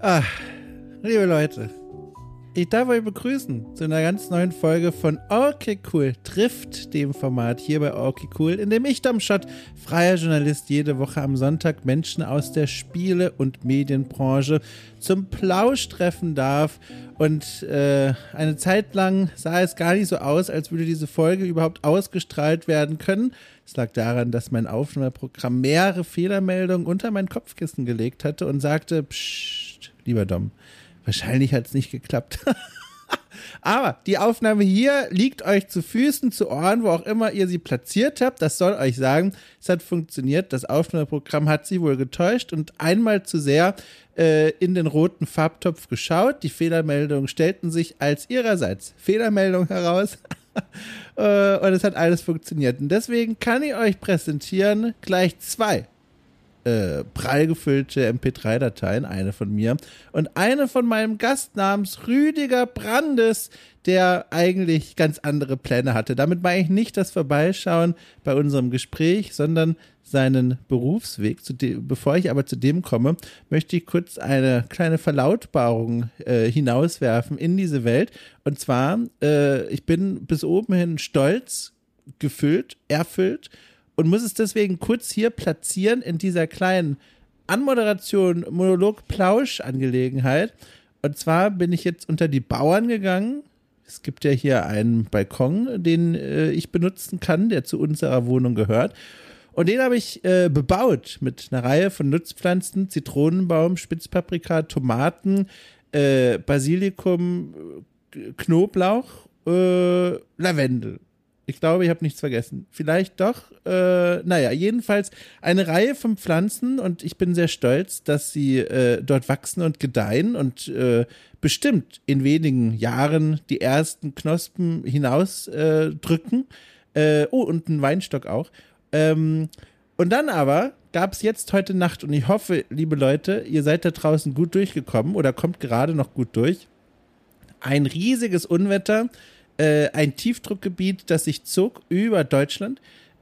Ah, liebe Leute, ich darf euch begrüßen zu einer ganz neuen Folge von Okay Cool trifft, dem Format hier bei Okay Cool, in dem ich, Domschott, freier Journalist, jede Woche am Sonntag Menschen aus der Spiele- und Medienbranche zum Plausch treffen darf. Und eine Zeit lang sah es gar nicht so aus, als würde diese Folge überhaupt ausgestrahlt werden können. Es lag daran, dass mein Aufnahmeprogramm mehrere Fehlermeldungen unter mein Kopfkissen gelegt hatte und sagte, psst, lieber Dom, wahrscheinlich hat es nicht geklappt. Aber die Aufnahme hier liegt euch zu Füßen, zu Ohren, wo auch immer ihr sie platziert habt. Das soll euch sagen, es hat funktioniert. Das Aufnahmeprogramm hat sich wohl getäuscht und einmal zu sehr in den roten Farbtopf geschaut. Die Fehlermeldungen stellten sich als ihrerseits Fehlermeldung heraus. Und es hat alles funktioniert. Und deswegen kann ich euch präsentieren gleich zwei prall gefüllte MP3-Dateien, eine von mir und eine von meinem Gast namens Rüdiger Brandes, der eigentlich ganz andere Pläne hatte. Damit meine ich nicht das Vorbeischauen bei unserem Gespräch, sondern seinen Berufsweg. Bevor ich aber zu dem komme, möchte ich kurz eine kleine Verlautbarung hinauswerfen in diese Welt. Und zwar, ich bin bis oben hin stolz, erfüllt, und muss es deswegen kurz hier platzieren in dieser kleinen Anmoderation, Monolog-Plausch-Angelegenheit. Und zwar bin ich jetzt unter die Bauern gegangen. Es gibt ja hier einen Balkon, den ich benutzen kann, der zu unserer Wohnung gehört. Und den habe ich bebaut mit einer Reihe von Nutzpflanzen, Zitronenbaum, Spitzpaprika, Tomaten, Basilikum, Knoblauch, Lavendel. Ich glaube, ich habe nichts vergessen. Vielleicht doch. Jedenfalls eine Reihe von Pflanzen und ich bin sehr stolz, dass sie dort wachsen und gedeihen und bestimmt in wenigen Jahren die ersten Knospen hinausdrücken. Und einen Weinstock auch. Und dann aber gab es jetzt heute Nacht und ich hoffe, liebe Leute, ihr seid da draußen gut durchgekommen oder kommt gerade noch gut durch. Ein riesiges Unwetter. Ein Tiefdruckgebiet, das sich zog über Deutschland,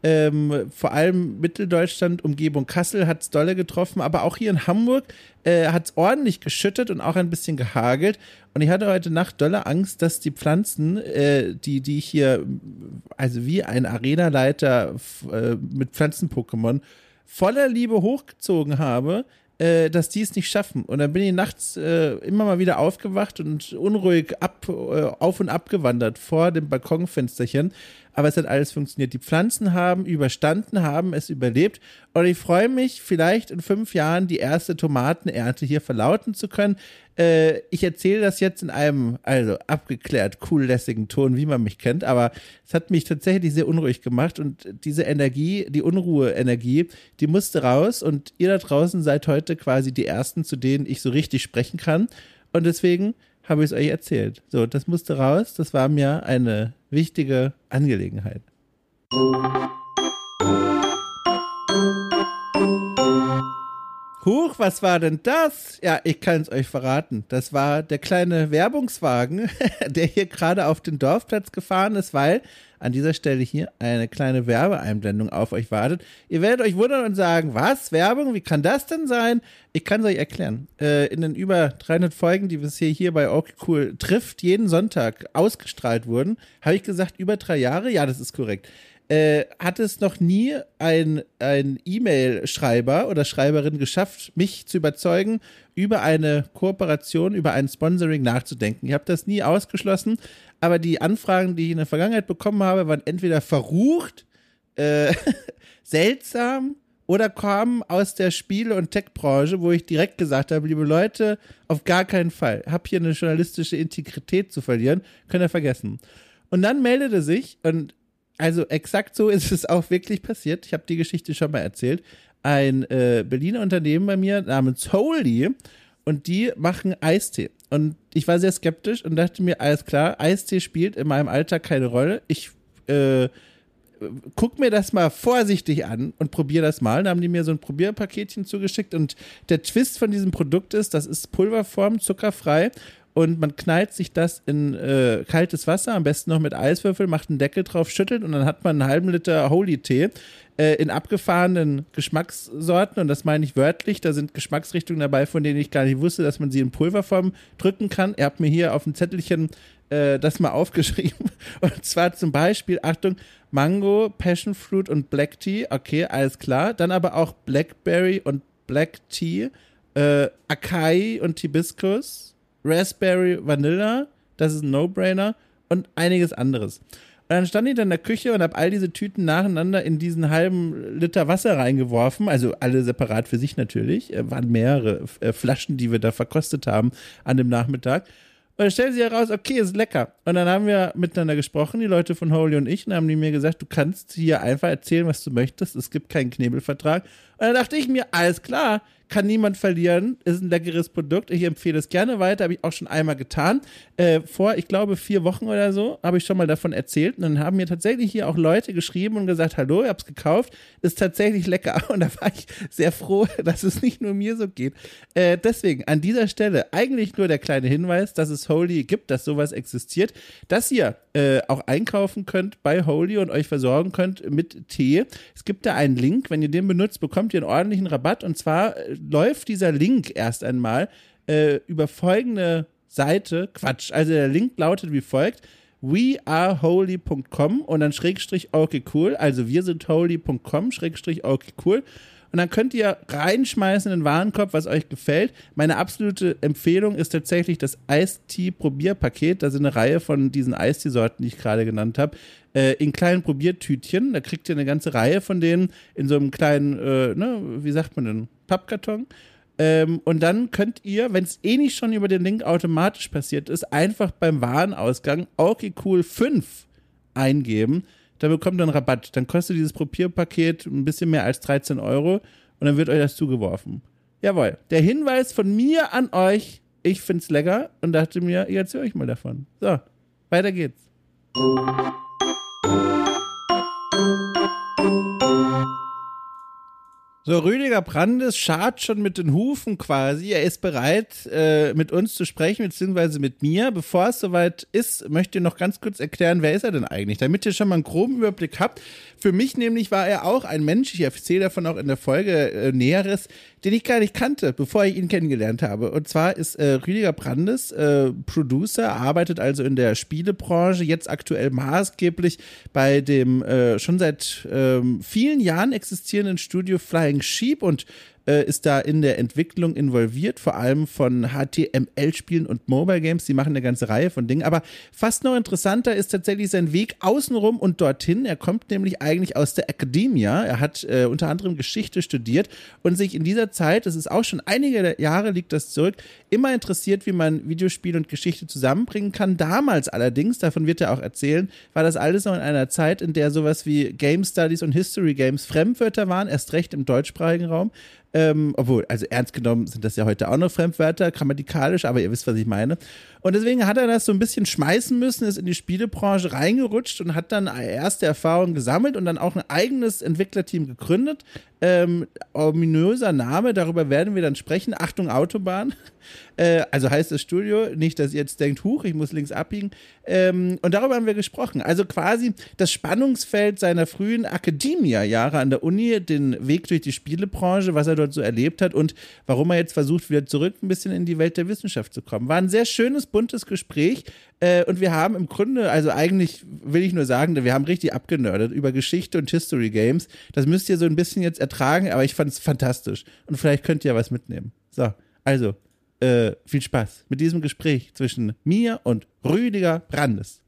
vor allem Mitteldeutschland, Umgebung Kassel hat es dolle getroffen, aber auch hier in Hamburg hat es ordentlich geschüttet und auch ein bisschen gehagelt und ich hatte heute Nacht dolle Angst, dass die Pflanzen, die ich hier, also wie ein Arenaleiter mit Pflanzen-Pokémon, voller Liebe hochgezogen habe, dass die es nicht schaffen. Und dann bin ich nachts immer mal wieder aufgewacht und unruhig auf und ab gewandert vor dem Balkonfensterchen. Aber es hat alles funktioniert. Die Pflanzen haben es überlebt. Und ich freue mich, vielleicht in 5 Jahren die erste Tomatenernte hier verlauten zu können. Ich erzähle das jetzt in einem, also abgeklärt, cool-lässigen Ton, wie man mich kennt. Aber es hat mich tatsächlich sehr unruhig gemacht. Und diese Energie, die Unruhe-Energie, die musste raus. Und ihr da draußen seid heute quasi die Ersten, zu denen ich so richtig sprechen kann. Und deswegen habe ich es euch erzählt. So, das musste raus. Das war mir eine wichtige Angelegenheit. Huch, was war denn das? Ja, ich kann es euch verraten. Das war der kleine Werbungswagen, der hier gerade auf den Dorfplatz gefahren ist, weil an dieser Stelle hier eine kleine Werbeeinblendung auf euch wartet. Ihr werdet euch wundern und sagen, was? Werbung? Wie kann das denn sein? Ich kann es euch erklären. In den über 300 Folgen, die bisher hier bei Okay Cool trifft, jeden Sonntag ausgestrahlt wurden, habe ich gesagt, über 3 Jahre? Ja, das ist korrekt. Hat es noch nie ein E-Mail-Schreiber oder Schreiberin geschafft, mich zu überzeugen, über eine Kooperation, über ein Sponsoring nachzudenken. Ich habe das nie ausgeschlossen, aber die Anfragen, die ich in der Vergangenheit bekommen habe, waren entweder verrucht, seltsam oder kamen aus der Spiele- und Tech-Branche, wo ich direkt gesagt habe, liebe Leute, auf gar keinen Fall. Hab hier eine journalistische Integrität zu verlieren, könnt ihr vergessen. Und dann meldete sich, und also exakt so ist es auch wirklich passiert. Ich habe die Geschichte schon mal erzählt. Ein Berliner Unternehmen bei mir namens Holy und die machen Eistee. Und ich war sehr skeptisch und dachte mir, alles klar, Eistee spielt in meinem Alltag keine Rolle. Ich guck mir das mal vorsichtig an und probiere das mal. Da haben die mir so ein Probierpaketchen zugeschickt und der Twist von diesem Produkt ist, das ist Pulverform, zuckerfrei und man knallt sich das in kaltes Wasser, am besten noch mit Eiswürfel, macht einen Deckel drauf, schüttelt und dann hat man einen halben Liter Holy-Tee in abgefahrenen Geschmackssorten, und das meine ich wörtlich, da sind Geschmacksrichtungen dabei, von denen ich gar nicht wusste, dass man sie in Pulverform drücken kann. Er hat mir hier auf dem Zettelchen das mal aufgeschrieben, und zwar zum Beispiel, Achtung, Mango, Passion Fruit und Black Tea, okay, alles klar, dann aber auch Blackberry und Black Tea, Acai und Hibiscus, Raspberry, Vanilla, das ist ein No-Brainer, und einiges anderes. Und dann stand ich dann in der Küche und habe all diese Tüten nacheinander in diesen halben Liter Wasser reingeworfen, also alle separat für sich natürlich, waren mehrere Flaschen, die wir da verkostet haben an dem Nachmittag. Und dann stellte sich heraus, okay, ist lecker. Und dann haben wir miteinander gesprochen, die Leute von Holy und ich, und haben die mir gesagt, du kannst hier einfach erzählen, was du möchtest, es gibt keinen Knebelvertrag. Und dann dachte ich mir, alles klar, kann niemand verlieren, ist ein leckeres Produkt, ich empfehle es gerne weiter, habe ich auch schon einmal getan. Vor, ich glaube, 4 Wochen oder so, habe ich schon mal davon erzählt, und dann haben mir tatsächlich hier auch Leute geschrieben und gesagt, hallo, ich habe es gekauft, ist tatsächlich lecker, und da war ich sehr froh, dass es nicht nur mir so geht. Deswegen an dieser Stelle eigentlich nur der kleine Hinweis, dass es Holy gibt, dass sowas existiert, dass ihr auch einkaufen könnt bei Holy und euch versorgen könnt mit Tee. Es gibt da einen Link, wenn ihr den benutzt, bekommt ihr einen ordentlichen Rabatt, und zwar läuft dieser Link erst einmal über folgende Seite, also der Link lautet wie folgt: weareholy.com und dann / okay cool, also wir sind holy.com / okay cool, und dann könnt ihr reinschmeißen in den Warenkorb, was euch gefällt. Meine absolute Empfehlung ist tatsächlich das Eistee-Probierpaket, da sind eine Reihe von diesen Eistee-Sorten, die ich gerade genannt habe, in kleinen Probiertütchen, da kriegt ihr eine ganze Reihe von denen in so einem kleinen, wie sagt man denn, Pappkarton. Und dann könnt ihr, wenn es eh nicht schon über den Link automatisch passiert ist, einfach beim Warenausgang okay cool 5 eingeben. Da bekommt ihr einen Rabatt. Dann kostet dieses Probierpaket ein bisschen mehr als 13 € und dann wird euch das zugeworfen. Jawohl. Der Hinweis von mir an euch, ich find's lecker und dachte mir, ich erzähle euch mal davon. So, weiter geht's. So, Rüdiger Brandes scharrt schon mit den Hufen quasi. Er ist bereit, mit uns zu sprechen, beziehungsweise mit mir. Bevor es soweit ist, möchte ich noch ganz kurz erklären, wer ist er denn eigentlich? Damit ihr schon mal einen groben Überblick habt. Für mich nämlich war er auch ein Mensch, ich erzähle davon auch in der Folge Näheres, den ich gar nicht kannte, bevor ich ihn kennengelernt habe. Und zwar ist Rüdiger Brandes Producer, arbeitet also in der Spielebranche, jetzt aktuell maßgeblich bei dem schon seit vielen Jahren existierenden Studio Flying Sheep und ist da in der Entwicklung involviert, vor allem von HTML-Spielen und Mobile-Games. Die machen eine ganze Reihe von Dingen. Aber fast noch interessanter ist tatsächlich sein Weg außenrum und dorthin. Er kommt nämlich eigentlich aus der Academia. Er hat unter anderem Geschichte studiert und sich in dieser Zeit, das ist auch schon einige Jahre, liegt das zurück, immer interessiert, wie man Videospiel und Geschichte zusammenbringen kann. Damals allerdings, davon wird er auch erzählen, war das alles noch in einer Zeit, in der sowas wie Game Studies und History Games Fremdwörter waren, erst recht im deutschsprachigen Raum. Obwohl, also ernst genommen sind das ja heute auch noch Fremdwörter, grammatikalisch, aber ihr wisst, was ich meine. Und deswegen hat er das so ein bisschen schmeißen müssen, ist in die Spielebranche reingerutscht und hat dann erste Erfahrungen gesammelt und dann auch ein eigenes Entwicklerteam gegründet. Ominöser Name, darüber werden wir dann sprechen. Achtung, Autobahn. Also heißt das Studio, nicht, dass ihr jetzt denkt, huch, ich muss links abbiegen. Und darüber haben wir gesprochen. Also quasi das Spannungsfeld seiner frühen Academia-Jahre an der Uni, den Weg durch die Spielebranche, was er dort so erlebt hat und warum er jetzt versucht, wieder zurück ein bisschen in die Welt der Wissenschaft zu kommen. War ein sehr schönes, buntes Gespräch. Und wir haben im Grunde, also eigentlich will ich nur sagen, wir haben richtig abgenördet über Geschichte und History Games. Das müsst ihr so ein bisschen jetzt ertragen, aber ich fand es fantastisch. Und vielleicht könnt ihr ja was mitnehmen. So, also, viel Spaß mit diesem Gespräch zwischen mir und Rüdiger Brandes.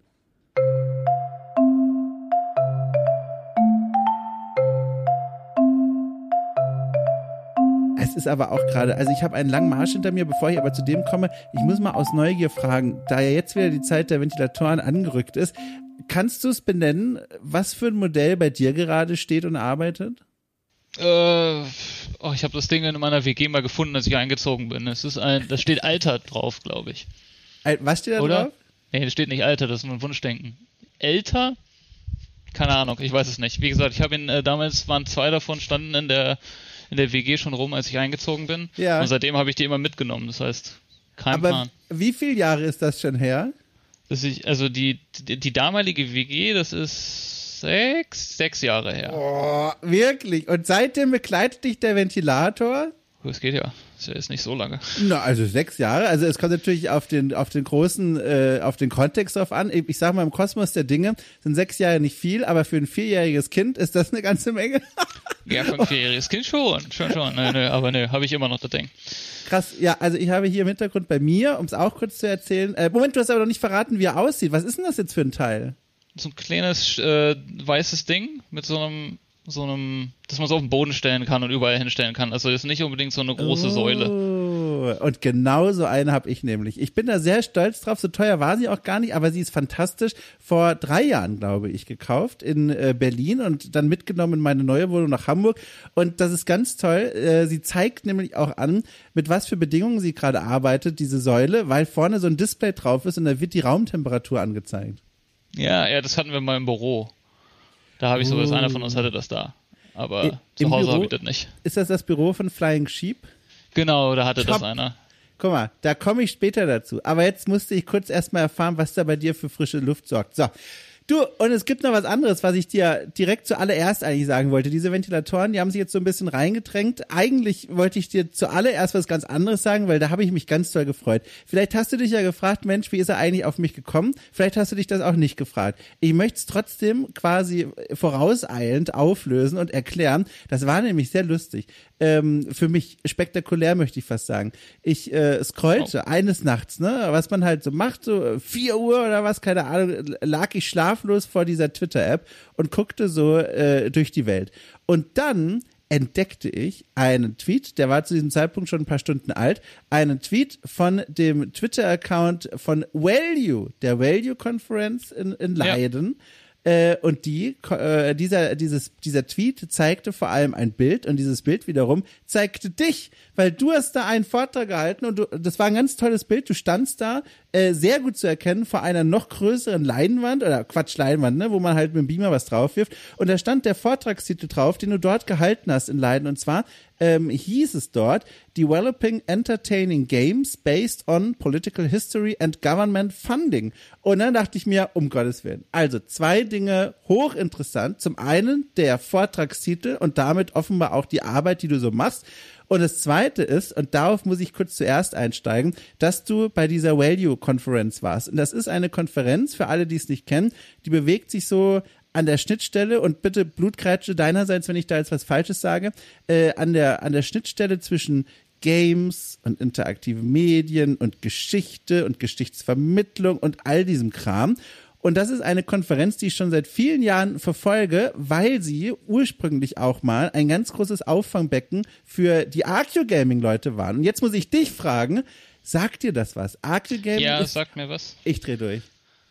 Es ist aber auch gerade, also ich habe einen langen Marsch hinter mir, bevor ich aber zu dem komme, ich muss mal aus Neugier fragen, da ja jetzt wieder die Zeit der Ventilatoren angerückt ist, kannst du es benennen, was für ein Modell bei dir gerade steht und arbeitet? Ich habe das Ding in meiner WG mal gefunden, als ich eingezogen bin. Das steht Alter drauf, glaube ich. Was steht da Oder? drauf? Nee, das steht nicht Alter, das ist nur ein Wunschdenken. Älter? Keine Ahnung, ich weiß es nicht. Wie gesagt, ich habe ihn, damals waren 2 davon, standen in der WG schon rum, als ich eingezogen bin. Ja. Und seitdem habe ich die immer mitgenommen, das heißt, kein Plan. wie viele Jahre ist das schon her? Also die damalige WG, das ist 6 Jahre her. Oh, wirklich? Und seitdem begleitet dich der Ventilator? Es geht ja. Das ist nicht so lange. Na, also 6 Jahre. Also es kommt natürlich auf den großen, auf den Kontext drauf an. Ich sag mal, im Kosmos der Dinge sind 6 Jahre nicht viel, aber für ein 4-jähriges Kind ist das eine ganze Menge. Ja, für ein 4-jähriges Kind schon. Nö, habe ich immer noch das Ding. Krass, ja, also ich habe hier im Hintergrund bei mir, um es auch kurz zu erzählen, Moment, du hast aber noch nicht verraten, wie er aussieht. Was ist denn das jetzt für ein Teil? So ein kleines weißes Ding mit so einem, dass man so auf den Boden stellen kann und überall hinstellen kann. Also das ist nicht unbedingt so eine große Säule. Und genau so eine habe ich nämlich. Ich bin da sehr stolz drauf. So teuer war sie auch gar nicht, aber sie ist fantastisch. Vor 3 Jahren, glaube ich, gekauft in Berlin und dann mitgenommen in meine neue Wohnung nach Hamburg. Und das ist ganz toll. Sie zeigt nämlich auch an, mit was für Bedingungen sie gerade arbeitet, diese Säule, weil vorne so ein Display drauf ist und da wird die Raumtemperatur angezeigt. Ja, das hatten wir mal im Büro. Da habe ich sowas, einer von uns hatte das da. Aber zu Hause habe ich das nicht. Ist das Büro von Flying Sheep? Genau, da hatte das einer. Guck mal, da komme ich später dazu. Aber jetzt musste ich kurz erstmal erfahren, was da bei dir für frische Luft sorgt. So. Du, und es gibt noch was anderes, was ich dir direkt zuallererst eigentlich sagen wollte. Diese Ventilatoren, die haben sich jetzt so ein bisschen reingedrängt. Eigentlich wollte ich dir zuallererst was ganz anderes sagen, weil da habe ich mich ganz toll gefreut. Vielleicht hast du dich ja gefragt, Mensch, wie ist er eigentlich auf mich gekommen? Vielleicht hast du dich das auch nicht gefragt. Ich möchte es trotzdem quasi vorauseilend auflösen und erklären. Das war nämlich sehr lustig. Für mich spektakulär, möchte ich fast sagen. Ich scrollte eines Nachts, ne, was man halt so macht, so 4 Uhr oder was, keine Ahnung, lag ich schlaflos vor dieser Twitter-App und guckte so durch die Welt. Und dann entdeckte ich einen Tweet, der war zu diesem Zeitpunkt schon ein paar Stunden alt, einen Tweet von dem Twitter-Account von Value, der Value-Konferenz in Leiden. Ja. Und dieser Tweet zeigte vor allem ein Bild und dieses Bild wiederum zeigte dich, weil du hast da einen Vortrag gehalten und das war ein ganz tolles Bild. Du standst da, sehr gut zu erkennen, vor einer noch größeren Leinwand, Leinwand, ne, wo man halt mit dem Beamer was drauf wirft. Und da stand der Vortragstitel drauf, den du dort gehalten hast in Leiden. Und zwar hieß es dort, Developing Entertaining Games Based on Political History and Government Funding. Und dann dachte ich mir, um Gottes Willen. Also 2 Dinge hochinteressant. Zum einen der Vortragstitel und damit offenbar auch die Arbeit, die du so machst. Und das Zweite ist, und darauf muss ich kurz zuerst einsteigen, dass du bei dieser Value-Konferenz warst. Und das ist eine Konferenz, für alle, die es nicht kennen, die bewegt sich so an der Schnittstelle, und bitte Blutkreitsche deinerseits, wenn ich da jetzt was Falsches sage, an der Schnittstelle zwischen Games und interaktive Medien und Geschichte und Geschichtsvermittlung und all diesem Kram. Und das ist eine Konferenz, die ich schon seit vielen Jahren verfolge, weil sie ursprünglich auch mal ein ganz großes Auffangbecken für die Arceo-Gaming-Leute waren. Und jetzt muss ich dich fragen, sagt dir das was? Arceo-Gaming? Ja, sagt mir was. Ich drehe durch.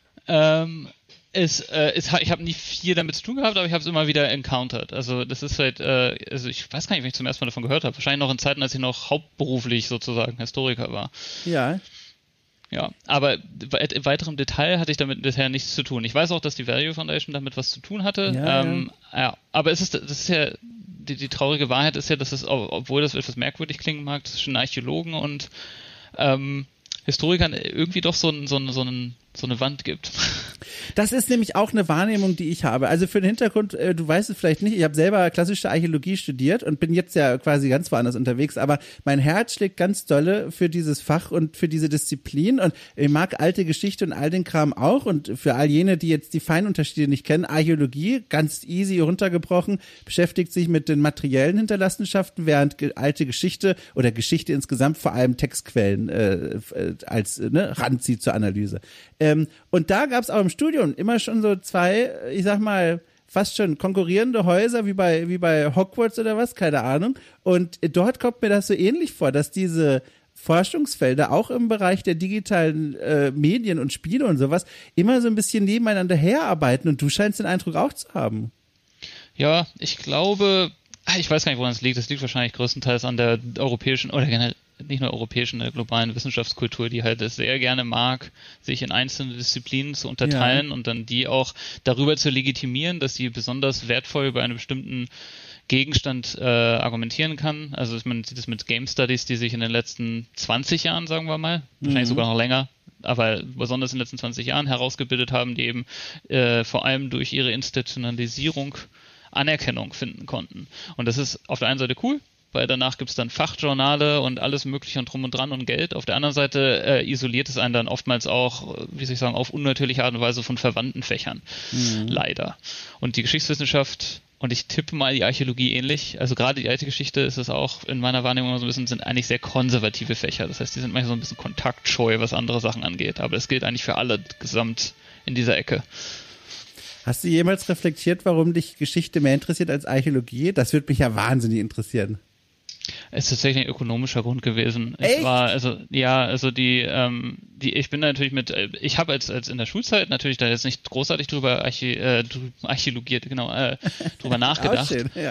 Ich habe nie viel damit zu tun gehabt, aber ich habe es immer wieder encountered. Also das ist halt, also ich weiß gar nicht, wenn ich zum ersten Mal davon gehört habe. Wahrscheinlich noch in Zeiten, als ich noch hauptberuflich sozusagen Historiker war. Ja. Ja, aber in weiterem Detail hatte ich damit bisher nichts zu tun. Ich weiß auch, dass die Value Foundation damit was zu tun hatte. Ja, aber das ist ja, die traurige Wahrheit ist ja, dass es, obwohl das etwas merkwürdig klingen mag, dass zwischen Archäologen und Historikern irgendwie doch so eine Wand gibt. Das ist nämlich auch eine Wahrnehmung, die ich habe. Also für den Hintergrund, du weißt es vielleicht nicht, ich habe selber klassische Archäologie studiert und bin jetzt ja quasi ganz woanders unterwegs, aber mein Herz schlägt ganz dolle für dieses Fach und für diese Disziplin, und ich mag alte Geschichte und all den Kram auch, und für all jene, die jetzt die Feinunterschiede nicht kennen, Archäologie, ganz easy runtergebrochen, beschäftigt sich mit den materiellen Hinterlassenschaften, während alte Geschichte oder Geschichte insgesamt vor allem Textquellen als ranzieht zur Analyse. Und da gab es auch im Studium immer schon so 2, ich sag mal, fast schon konkurrierende Häuser wie bei Hogwarts oder was, keine Ahnung. Und dort kommt mir das so ähnlich vor, dass diese Forschungsfelder auch im Bereich der digitalen Medien und Spiele und sowas immer so ein bisschen nebeneinander herarbeiten, und du scheinst den Eindruck auch zu haben. Ja, ich glaube, ich weiß gar nicht, woran es liegt. Das liegt wahrscheinlich größtenteils an der europäischen oder generell nicht nur europäischen, der globalen Wissenschaftskultur, die halt es sehr gerne mag, sich in einzelne Disziplinen zu unterteilen und dann die auch darüber zu legitimieren, dass sie besonders wertvoll bei einer bestimmten Gegenstand argumentieren kann. Also man sieht es mit Game Studies, die sich in den letzten 20 Jahren, sagen wir mal, wahrscheinlich sogar noch länger, aber besonders in den letzten 20 Jahren herausgebildet haben, die eben vor allem durch ihre Institutionalisierung Anerkennung finden konnten. Und das ist auf der einen Seite cool, weil danach gibt es dann Fachjournale und alles Mögliche und drum und dran und Geld. Auf der anderen Seite isoliert es einen dann oftmals auch, wie soll ich sagen, auf unnatürliche Art und Weise von verwandten Fächern. Leider. Und die Geschichtswissenschaft, und ich tippe mal die Archäologie ähnlich, also gerade die alte Geschichte ist es auch in meiner Wahrnehmung so ein bisschen, sind eigentlich sehr konservative Fächer. Das heißt, die sind manchmal so ein bisschen kontaktscheu, was andere Sachen angeht. Aber das gilt eigentlich für alle gesamt in dieser Ecke. Hast du jemals reflektiert, warum dich Geschichte mehr interessiert als Archäologie? Das würde mich ja wahnsinnig interessieren. Es ist tatsächlich ein ökonomischer Grund gewesen. Echt? Es war, ich bin da natürlich ich habe als in der Schulzeit natürlich da jetzt nicht großartig drüber archäologiert, drüber nachgedacht. Schön, ja.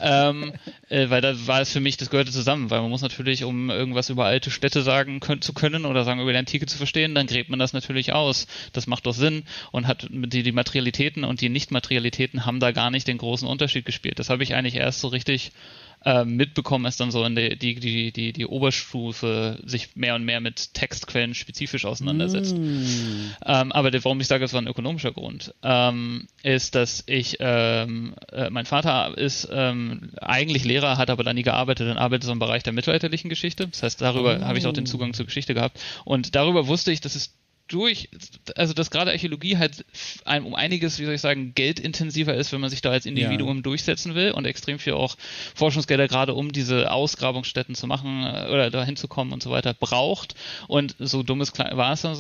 Weil da war es für mich, das gehörte zusammen, weil man muss natürlich, um irgendwas über alte Städte sagen zu können oder sagen über die Antike zu verstehen, dann gräbt man das natürlich aus. Das macht doch Sinn und hat die Materialitäten und die Nicht-Materialitäten haben da gar nicht den großen Unterschied gespielt. Das habe ich eigentlich erst so richtig mitbekommen, als dann so in die Oberstufe sich mehr und mehr mit Textquellen spezifisch auseinandersetzt. Aber warum ich sage, es war ein ökonomischer Grund, ist, dass mein Vater ist eigentlich Lehrer, hat aber dann nie gearbeitet und arbeitet so im Bereich der mittelalterlichen Geschichte. Das heißt, darüber habe ich auch den Zugang zur Geschichte gehabt. Und darüber wusste ich, dass es dass gerade Archäologie halt um einiges, wie soll ich sagen, geldintensiver ist, wenn man sich da als Individuum durchsetzen will und extrem viel auch Forschungsgelder gerade um diese Ausgrabungsstätten zu machen oder da hinzukommen und so weiter braucht. Und so dumm es war es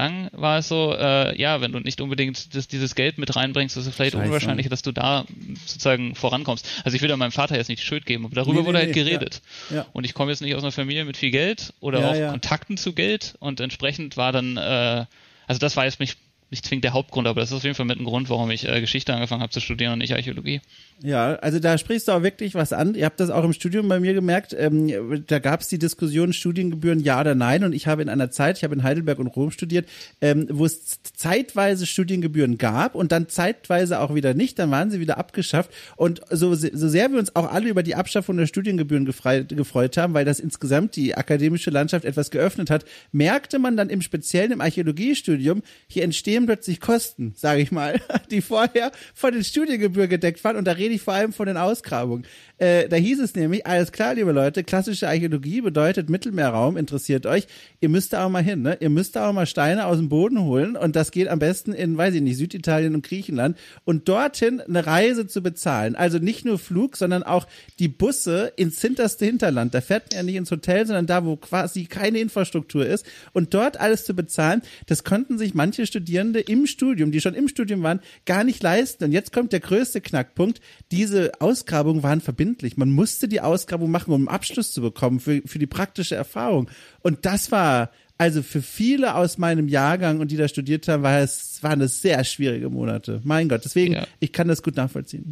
so, wenn du nicht unbedingt dieses Geld mit reinbringst, ist es vielleicht unwahrscheinlich, dass du da sozusagen vorankommst. Also ich will da meinem Vater jetzt nicht die Schuld geben, aber darüber wurde halt geredet. Ja. Und ich komme jetzt nicht aus einer Familie mit viel Geld oder auch Kontakten zu Geld und entsprechend war dann also das war jetzt nicht zwingend der Hauptgrund, aber das ist auf jeden Fall mit ein Grund, warum ich Geschichte angefangen habe zu studieren und nicht Archäologie. Ja, also da sprichst du auch wirklich was an. Ihr habt das auch im Studium bei mir gemerkt. Da gab es die Diskussion Studiengebühren ja oder nein. Und ich habe in Heidelberg und Rom studiert, wo es zeitweise Studiengebühren gab und dann zeitweise auch wieder nicht. Dann waren sie wieder abgeschafft. Und so sehr wir uns auch alle über die Abschaffung der Studiengebühren gefreut haben, weil das insgesamt die akademische Landschaft etwas geöffnet hat, merkte man dann im Speziellen im Archäologiestudium, hier entstehen plötzlich Kosten, sage ich mal, die vorher von den Studiengebühren gedeckt waren. Und da rede ich vor allem von den Ausgrabungen. Da hieß es nämlich, alles klar, liebe Leute, klassische Archäologie bedeutet Mittelmeerraum, interessiert euch, ihr müsst da auch mal hin, ne? Ihr müsst da auch mal Steine aus dem Boden holen und das geht am besten in, weiß ich nicht, Süditalien und Griechenland und dorthin eine Reise zu bezahlen. Also nicht nur Flug, sondern auch die Busse ins hinterste Hinterland. Da fährt man ja nicht ins Hotel, sondern da, wo quasi keine Infrastruktur ist und dort alles zu bezahlen, das konnten sich manche Studierende im Studium, die schon im Studium waren, gar nicht leisten. Und jetzt kommt der größte Knackpunkt, diese Ausgrabungen waren verbindlich. Man musste die Ausgrabung machen, um einen Abschluss zu bekommen für die praktische Erfahrung. Und das war, also für viele aus meinem Jahrgang und die da studiert haben, waren das sehr schwierige Monate. Mein Gott, deswegen, ich kann das gut nachvollziehen.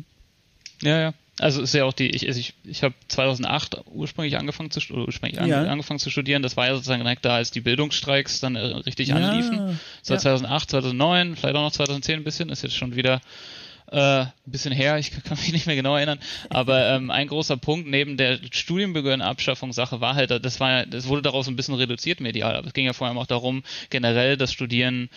Ja. Also ist ja auch ich habe 2008 ursprünglich angefangen zu studieren. Das war ja sozusagen direkt da, als die Bildungsstreiks dann richtig anliefen. So 2008, 2009, vielleicht auch noch 2010 ein bisschen, ist jetzt schon wieder ein bisschen her, ich kann mich nicht mehr genau erinnern, aber ein großer Punkt neben der Studiengebührenabschaffungssache war halt, das wurde daraus ein bisschen reduziert medial, aber es ging ja vor allem auch darum, generell das Studieren,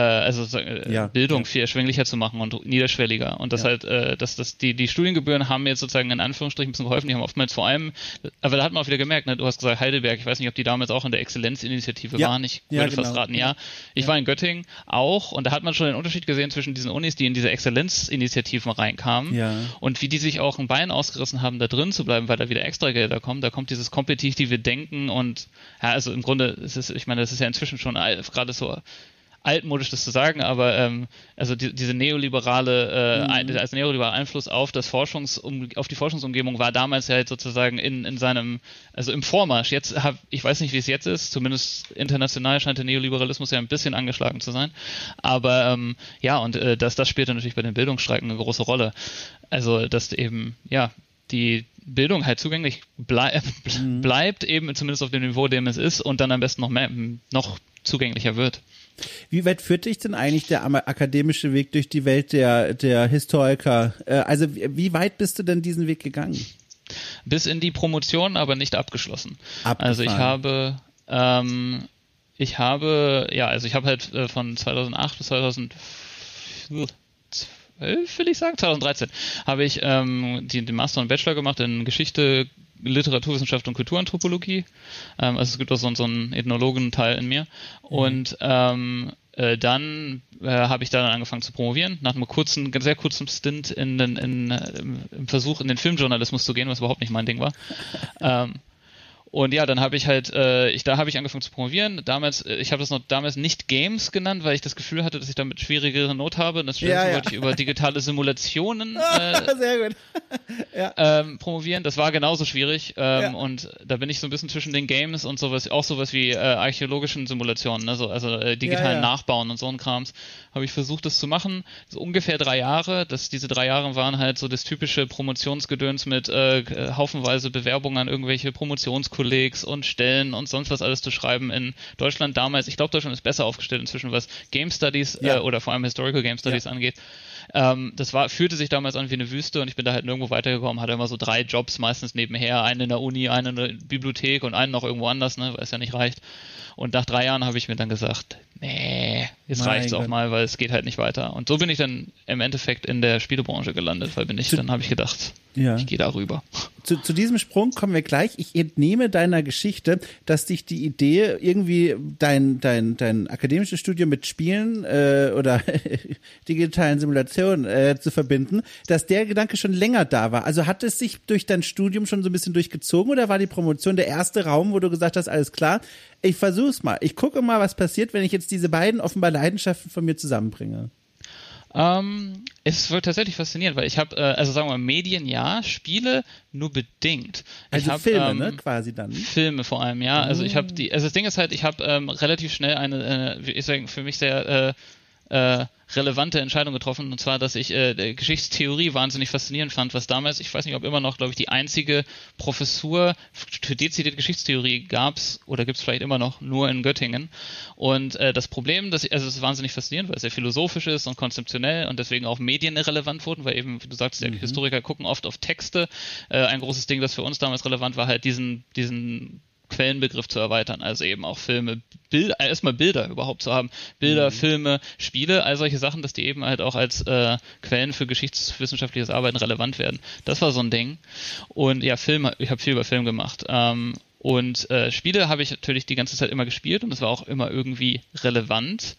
Bildung viel erschwinglicher zu machen und niederschwelliger und die Studiengebühren haben jetzt sozusagen in Anführungsstrichen ein bisschen geholfen, die haben oftmals vor allem, aber da hat man auch wieder gemerkt, ne, du hast gesagt Heidelberg, ich weiß nicht, ob die damals auch in der Exzellenzinitiative waren, ich würde fast raten, ich war in Göttingen auch und da hat man schon den Unterschied gesehen zwischen diesen Unis, die in diese Exzellenzinitiativen reinkamen und wie die sich auch ein Bein ausgerissen haben, da drin zu bleiben, weil da wieder extra Gelder kommen. Da kommt dieses kompetitive Denken und also im Grunde das ist ja inzwischen schon gerade so altmodisch, das zu sagen, aber also diese neoliberale, als neoliberaler Einfluss auf die Forschungsumgebung war damals ja halt sozusagen in seinem, also im Vormarsch. Ich weiß nicht, wie es jetzt ist, zumindest international scheint der Neoliberalismus ja ein bisschen angeschlagen zu sein, aber das spielte natürlich bei den Bildungsstreiken eine große Rolle. Also, dass eben, die Bildung halt zugänglich bleibt eben zumindest auf dem Niveau, dem es ist und dann am besten noch zugänglicher wird. Wie weit führt dich denn eigentlich der akademische Weg durch die Welt der Historiker? Also wie weit bist du denn diesen Weg gegangen? Bis in die Promotion, aber nicht abgeschlossen. Abgefahren. Also ich habe halt von 2008 bis 2012, will ich sagen, 2013, habe ich den Master und Bachelor gemacht in Geschichte, Literaturwissenschaft und Kulturanthropologie. Also es gibt auch so einen Ethnologen-Teil in mir. Und dann habe ich da dann angefangen zu promovieren, nach einem sehr kurzen Stint im Versuch, in den Filmjournalismus zu gehen, was überhaupt nicht mein Ding war. Und ja, dann habe ich halt, da habe ich angefangen zu promovieren. Ich habe das noch damals nicht Games genannt, weil ich das Gefühl hatte, dass ich damit schwierigere Not habe. Und das wollte ich über digitale Simulationen sehr gut. promovieren. Das war genauso schwierig. Und da bin ich so ein bisschen zwischen den Games und sowas wie archäologischen Simulationen, ne? Also digitalen Nachbauen und so ein Krams. Habe ich versucht, das zu machen. So ungefähr 3 Jahre. Diese 3 Jahre waren halt so das typische Promotionsgedöns mit haufenweise Bewerbungen an irgendwelche Promotionskollegs und Stellen und sonst was alles zu schreiben in Deutschland damals. Ich glaube, Deutschland ist besser aufgestellt inzwischen, was Game Studies oder vor allem Historical Game Studies angeht. Das fühlte sich damals an wie eine Wüste und ich bin da halt nirgendwo weitergekommen, hatte immer so 3 Jobs meistens nebenher, einen in der Uni, einen in der Bibliothek und einen noch irgendwo anders, ne, weil es ja nicht reicht. Und nach 3 Jahren habe ich mir dann gesagt, nee, jetzt reicht's auch mal, weil es geht halt nicht weiter. Und so bin ich dann im Endeffekt in der Spielebranche gelandet, dann habe ich gedacht, ich gehe da rüber. Zu diesem Sprung kommen wir gleich. Ich entnehme deiner Geschichte, dass dich die Idee, irgendwie dein akademisches Studium mit Spielen oder digitalen Simulationen zu verbinden, dass der Gedanke schon länger da war. Also hat es sich durch dein Studium schon so ein bisschen durchgezogen oder war die Promotion der erste Raum, wo du gesagt hast, alles klar, ich versuch's mal. Ich gucke mal, was passiert, wenn ich jetzt diese beiden offenbar Leidenschaften von mir zusammenbringe. Es wird tatsächlich faszinierend, weil ich habe, sagen wir mal, Medien Spiele nur bedingt. Filme, ne, quasi dann. Filme vor allem, ja. Also das Ding ist halt, ich habe relativ schnell eine für mich sehr relevante Entscheidung getroffen, und zwar, dass ich Geschichtstheorie wahnsinnig faszinierend fand, was damals, ich weiß nicht, ob immer noch, glaube ich, die einzige Professur für dezidierte Geschichtstheorie gab's oder gibt's vielleicht immer noch, nur in Göttingen. Und das Problem, es ist wahnsinnig faszinierend, weil es sehr philosophisch ist und konzeptionell und deswegen auch medienerelevant wurden, weil eben, wie du sagst, Historiker gucken oft auf Texte. Ein großes Ding, das für uns damals relevant war, halt diesen Quellenbegriff zu erweitern, also eben auch Filme, erstmal Bilder überhaupt zu haben, Filme, Spiele, all solche Sachen, dass die eben halt auch als Quellen für geschichtswissenschaftliches Arbeiten relevant werden. Das war so ein Ding. Und ja, Filme, ich habe viel über Film gemacht. Und Spiele habe ich natürlich die ganze Zeit immer gespielt und es war auch immer irgendwie relevant.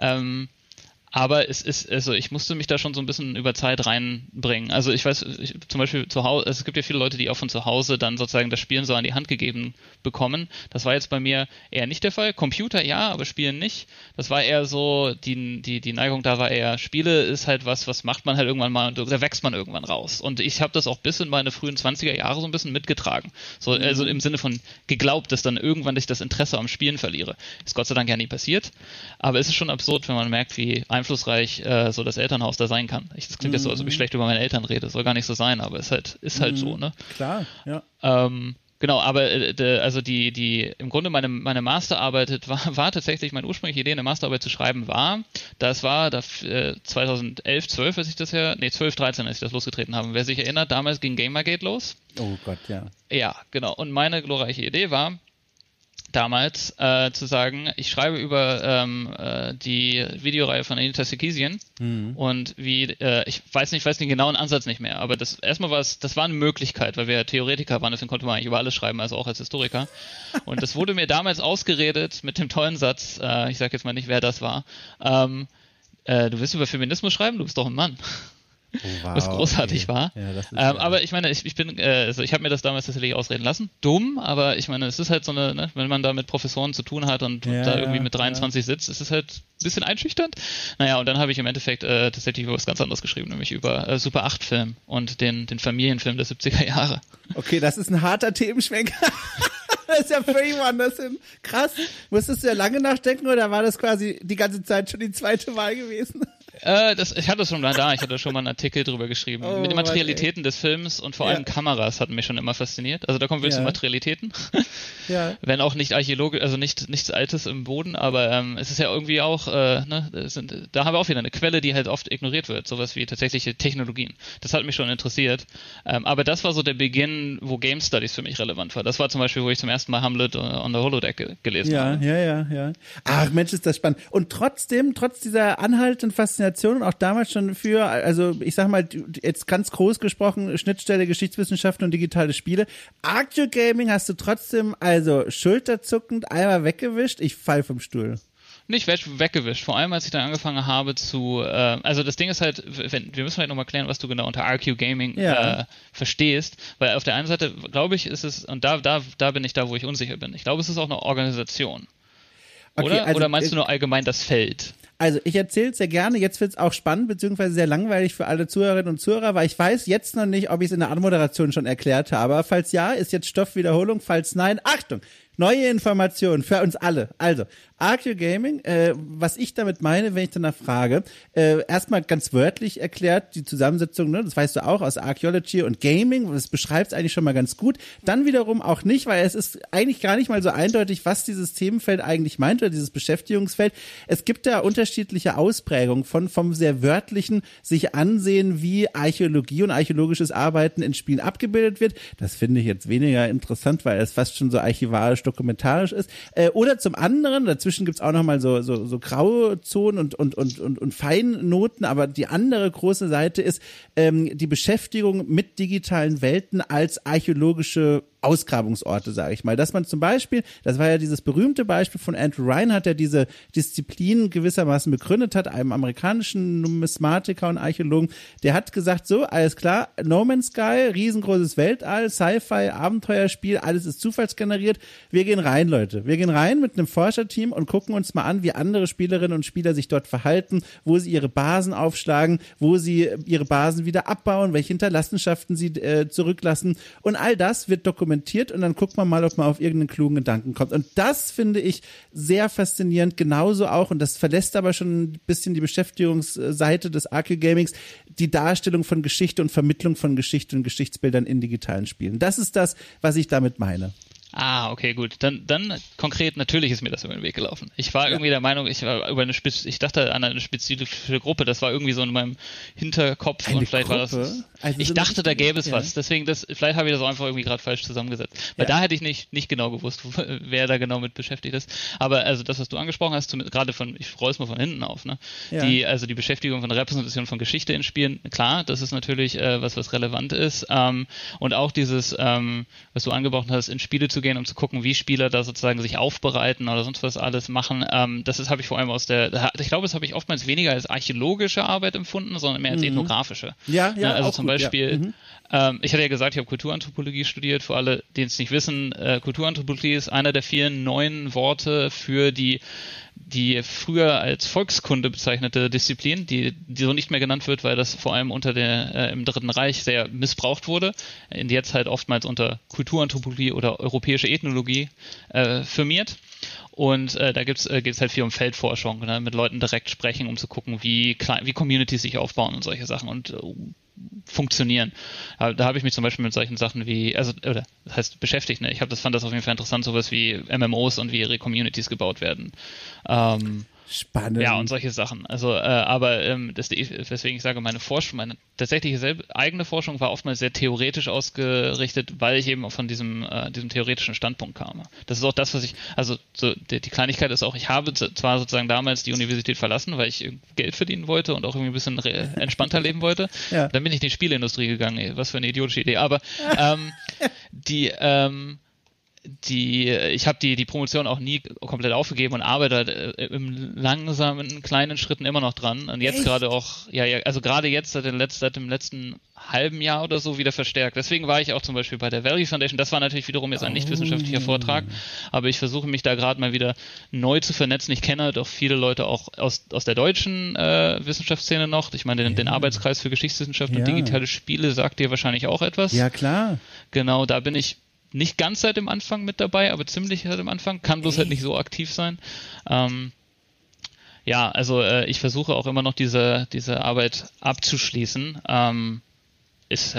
Aber ich musste mich da schon so ein bisschen über Zeit reinbringen. Also ich weiß, zum Beispiel zu Hause, es gibt ja viele Leute, die auch von zu Hause dann sozusagen das Spielen so an die Hand gegeben bekommen. Das war jetzt bei mir eher nicht der Fall. Computer ja, aber Spielen nicht. Das war eher so, die Neigung da war eher, Spiele ist halt was macht man halt irgendwann mal und da wächst man irgendwann raus. Und ich habe das auch bis in meine frühen 20er Jahre so ein bisschen mitgetragen. So, also im Sinne von geglaubt, dass dann irgendwann ich das Interesse am Spielen verliere. Ist Gott sei Dank ja nie passiert. Aber es ist schon absurd, wenn man merkt, wie einflussreich so das Elternhaus da sein kann. Das klingt jetzt so, als ob ich schlecht über meine Eltern rede. Soll gar nicht so sein, aber es ist halt so, ne? Klar, ja. Genau, aber im Grunde meine Masterarbeit war tatsächlich, meine ursprüngliche Idee, eine Masterarbeit zu schreiben, das war 2011, 12, 12, 13, als ich das losgetreten habe. Wer sich erinnert, damals ging Gamergate los. Oh Gott, ja. Ja, genau. Und meine glorreiche Idee war, damals zu sagen, ich schreibe über die Videoreihe von Anita Sarkeesian und wie, ich weiß den genauen Ansatz nicht mehr, aber das war eine Möglichkeit, weil wir Theoretiker waren, deswegen konnte man eigentlich über alles schreiben, also auch als Historiker. Und das wurde mir damals ausgeredet mit dem tollen Satz, ich sage jetzt mal nicht, wer das war, du willst über Feminismus schreiben, du bist doch ein Mann. Oh, wow, was großartig war. Ja, das ist aber ich meine, ich habe mir das damals tatsächlich ausreden lassen. Dumm, aber ich meine, es ist halt so eine, ne, wenn man da mit Professoren zu tun hat und da irgendwie mit 23 sitzt, ist es halt ein bisschen einschüchternd. Naja, und dann habe ich im Endeffekt tatsächlich über was ganz anderes geschrieben, nämlich über Super 8-Film und den Familienfilm der 70er Jahre. Okay, das ist ein harter Themenschwenk. Das ist ja völlig woanders hin. Krass. Musstest du ja lange nachdenken oder war das quasi die ganze Zeit schon die zweite Wahl gewesen? Ich hatte es schon mal da, ich hatte schon mal einen Artikel drüber geschrieben. Mit den Materialitäten des Films und vor allem Kameras hatten mich schon immer fasziniert. Also da kommen wir zu Materialitäten. Ja. Wenn auch nicht archäologisch, also nichts Altes im Boden, aber es ist ja irgendwie auch, da haben wir auch wieder eine Quelle, die halt oft ignoriert wird, sowas wie tatsächliche Technologien. Das hat mich schon interessiert. Aber das war so der Beginn, wo Game Studies für mich relevant war. Das war zum Beispiel, wo ich zum ersten Mal Hamlet on the Holodeck gelesen habe. Ja. Ach Mensch, ist das spannend. Und trotz dieser anhaltenden Faszination und auch damals schon für, also ich sag mal, jetzt ganz groß gesprochen, Schnittstelle Geschichtswissenschaften und digitale Spiele. Arcade Gaming hast du trotzdem also schulterzuckend einmal weggewischt. Ich fall vom Stuhl. Nicht weggewischt, vor allem als ich dann angefangen habe also das Ding ist halt, wir müssen halt nochmal klären, was du genau unter RQ Gaming verstehst, weil auf der einen Seite, glaube ich, ist es, und da bin ich da, wo ich unsicher bin, ich glaube, es ist auch eine Organisation. Okay, oder meinst du nur allgemein das Feld? Also ich erzähle es sehr gerne, jetzt wird es auch spannend, beziehungsweise sehr langweilig für alle Zuhörerinnen und Zuhörer, weil ich weiß jetzt noch nicht, ob ich es in der Anmoderation schon erklärt habe. Aber falls ja, ist jetzt Stoffwiederholung, falls nein, Achtung! Neue Informationen für uns alle. Also, RQ Gaming, was ich damit meine, wenn ich danach frage, erstmal ganz wörtlich erklärt, die Zusammensetzung, ne, das weißt du auch, aus Archaeology und Gaming, das beschreibt es eigentlich schon mal ganz gut. Dann wiederum auch nicht, weil es ist eigentlich gar nicht mal so eindeutig, was dieses Themenfeld eigentlich meint oder dieses Beschäftigungsfeld. Es gibt da unterschiedliche Ausprägungen vom sehr wörtlichen sich ansehen, wie Archäologie und archäologisches Arbeiten in Spielen abgebildet wird. Das finde ich jetzt weniger interessant, weil es fast schon so archivarisch dokumentarisch ist, oder zum anderen, dazwischen gibt's auch nochmal so Grauzonen und Feinnoten, aber die andere große Seite ist die Beschäftigung mit digitalen Welten als archäologische Ausgrabungsorte, sage ich mal. Dass man zum Beispiel, das war ja dieses berühmte Beispiel von Andrew Reinhardt, der diese Disziplin gewissermaßen begründet hat, einem amerikanischen Numismatiker und Archäologen, der hat gesagt, so, alles klar, No Man's Sky, riesengroßes Weltall, Sci-Fi, Abenteuerspiel, alles ist zufallsgeneriert. Wir gehen rein, Leute. Wir gehen rein mit einem Forscherteam und gucken uns mal an, wie andere Spielerinnen und Spieler sich dort verhalten, wo sie ihre Basen aufschlagen, wo sie ihre Basen wieder abbauen, welche Hinterlassenschaften sie zurücklassen. Und all das wird dokumentiert und dann guckt man mal, ob man auf irgendeinen klugen Gedanken kommt. Und das finde ich sehr faszinierend, genauso auch, und das verlässt aber schon ein bisschen die Beschäftigungsseite des RQ Gamings, die Darstellung von Geschichte und Vermittlung von Geschichte und Geschichtsbildern in digitalen Spielen. Das ist das, was ich damit meine. Ah, okay, gut. Dann konkret, natürlich ist mir das über den Weg gelaufen. Ich war irgendwie der Meinung, ich dachte an eine spezifische Gruppe, das war irgendwie so in meinem Hinterkopf und vielleicht Gruppe? War das. Also ich dachte, da gäbe es was. Deswegen, vielleicht habe ich das auch einfach irgendwie gerade falsch zusammengesetzt. Weil da hätte ich nicht genau gewusst, wer da genau mit beschäftigt ist. Aber also das, was du angesprochen hast, gerade ich roll es mal von hinten auf, ne? Ja. Die Beschäftigung von der Repräsentation von Geschichte in Spielen, klar, das ist natürlich was relevant ist. Und auch dieses, was du angebrochen hast, in Spiele zu gehen, um zu gucken, wie Spieler da sozusagen sich aufbereiten oder sonst was alles machen. Das habe ich vor allem ich glaube, das habe ich oftmals weniger als archäologische Arbeit empfunden, sondern mehr als ethnografische. Ja, also zum gut, Beispiel, ich hatte ja gesagt, ich habe Kulturanthropologie studiert, für alle, die es nicht wissen, Kulturanthropologie ist einer der vielen neuen Worte für die früher als Volkskunde bezeichnete Disziplin, die so nicht mehr genannt wird, weil das vor allem im Dritten Reich sehr missbraucht wurde, und jetzt halt oftmals unter Kulturanthropologie oder europäische Ethnologie firmiert. Und da geht's halt viel um Feldforschung, ne? Mit Leuten direkt sprechen, um zu gucken, wie Communities sich aufbauen und solche Sachen und funktionieren. Da habe ich mich zum Beispiel mit solchen Sachen das heißt beschäftigt, ne? Fand das auf jeden Fall interessant, sowas wie MMOs und wie ihre Communities gebaut werden. Spannend. Ja, und solche Sachen. Also, weswegen ich sage, meine tatsächliche eigene Forschung war oftmals sehr theoretisch ausgerichtet, weil ich eben von diesem theoretischen Standpunkt kam. Das ist auch das, was die Kleinigkeit ist auch, ich habe zwar sozusagen damals die Universität verlassen, weil ich Geld verdienen wollte und auch irgendwie ein bisschen entspannter leben wollte. Ja. Dann bin ich in die Spieleindustrie gegangen. Was für eine idiotische Idee. Aber ich habe die Promotion auch nie komplett aufgegeben und arbeite halt im langsamen, kleinen Schritten immer noch dran. Und jetzt gerade auch, also gerade jetzt seit dem letzten halben Jahr oder so wieder verstärkt. Deswegen war ich auch zum Beispiel bei der Value Foundation. Das war natürlich wiederum jetzt ein nicht wissenschaftlicher Vortrag, aber ich versuche mich da gerade mal wieder neu zu vernetzen. Ich kenne doch viele Leute auch aus der deutschen Wissenschaftsszene noch. Ich meine, den Arbeitskreis für Geschichtswissenschaft und digitale Spiele sagt dir wahrscheinlich auch etwas. Ja, klar. Genau, da bin ich nicht ganz seit dem Anfang mit dabei, aber ziemlich seit dem Anfang. Kann bloß halt nicht so aktiv sein. ja, also ich versuche auch immer noch diese Arbeit abzuschließen. Ist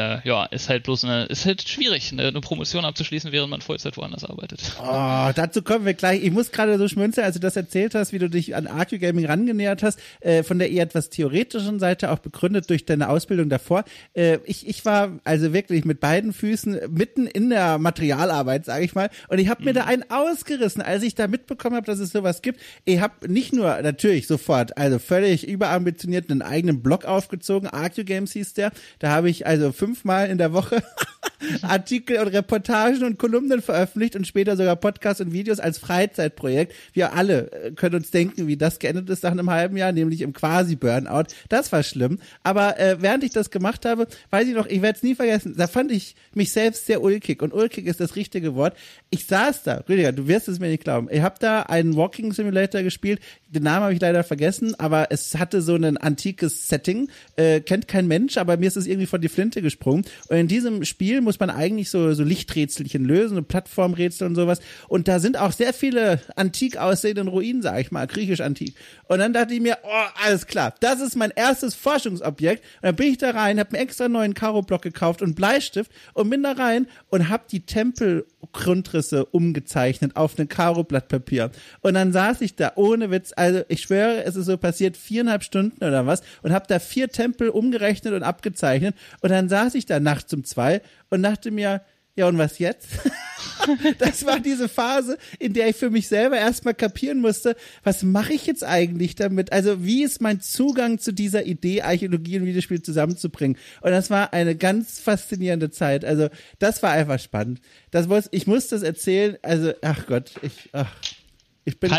halt schwierig, eine Promotion abzuschließen, während man Vollzeit woanders arbeitet. Oh, dazu kommen wir gleich. Ich muss gerade so schmunzeln, als du das erzählt hast, wie du dich an Arcu-Gaming rangenähert hast, von der eher etwas theoretischen Seite, auch begründet durch deine Ausbildung davor. Ich war also wirklich mit beiden Füßen mitten in der Materialarbeit, sage ich mal, und ich habe mir da einen ausgerissen, als ich da mitbekommen habe, dass es sowas gibt. Ich habe nicht nur natürlich sofort, also völlig überambitioniert einen eigenen Blog aufgezogen, Arcu-Games hieß der, da habe ich also 5-mal in der Woche Artikel und Reportagen und Kolumnen veröffentlicht und später sogar Podcasts und Videos als Freizeitprojekt. Wir alle können uns denken, wie das geendet ist nach einem halben Jahr, nämlich im Quasi-Burnout. Das war schlimm. Aber während ich das gemacht habe, weiß ich noch, ich werde es nie vergessen, da fand ich mich selbst sehr ulkig. Und ulkig ist das richtige Wort. Ich saß da, Rüdiger, du wirst es mir nicht glauben. Ich habe da einen Walking Simulator gespielt. Den Namen habe ich leider vergessen, aber es hatte so ein antikes Setting. Kennt kein Mensch, aber mir ist es irgendwie von die Flinte gesprungen. Und in diesem Spiel muss man eigentlich so Lichträtselchen lösen, so Plattformrätsel und sowas. Und da sind auch sehr viele antik aussehenden Ruinen, sag ich mal, griechisch antik. Und dann dachte ich mir, oh, alles klar, das ist mein erstes Forschungsobjekt. Und dann bin ich da rein, habe mir extra einen neuen Karo-Block gekauft und Bleistift und bin da rein und habe die Tempelgrundrisse umgezeichnet auf ein Karo-Blatt Papier. Und dann saß ich da, ohne Witz, also ich schwöre, es ist so passiert, 4,5 Stunden oder was, und habe da 4 Tempel umgerechnet und abgezeichnet. Und dann saß ich da nachts um 2 und dachte mir, ja, und was jetzt? Das war diese Phase, in der ich für mich selber erstmal kapieren musste, was mache ich jetzt eigentlich damit? Also wie ist mein Zugang zu dieser Idee, Archäologie und Videospiel zusammenzubringen? Und das war eine ganz faszinierende Zeit. Also das war einfach spannend. Ich muss das erzählen. Also, ach Gott, ich bin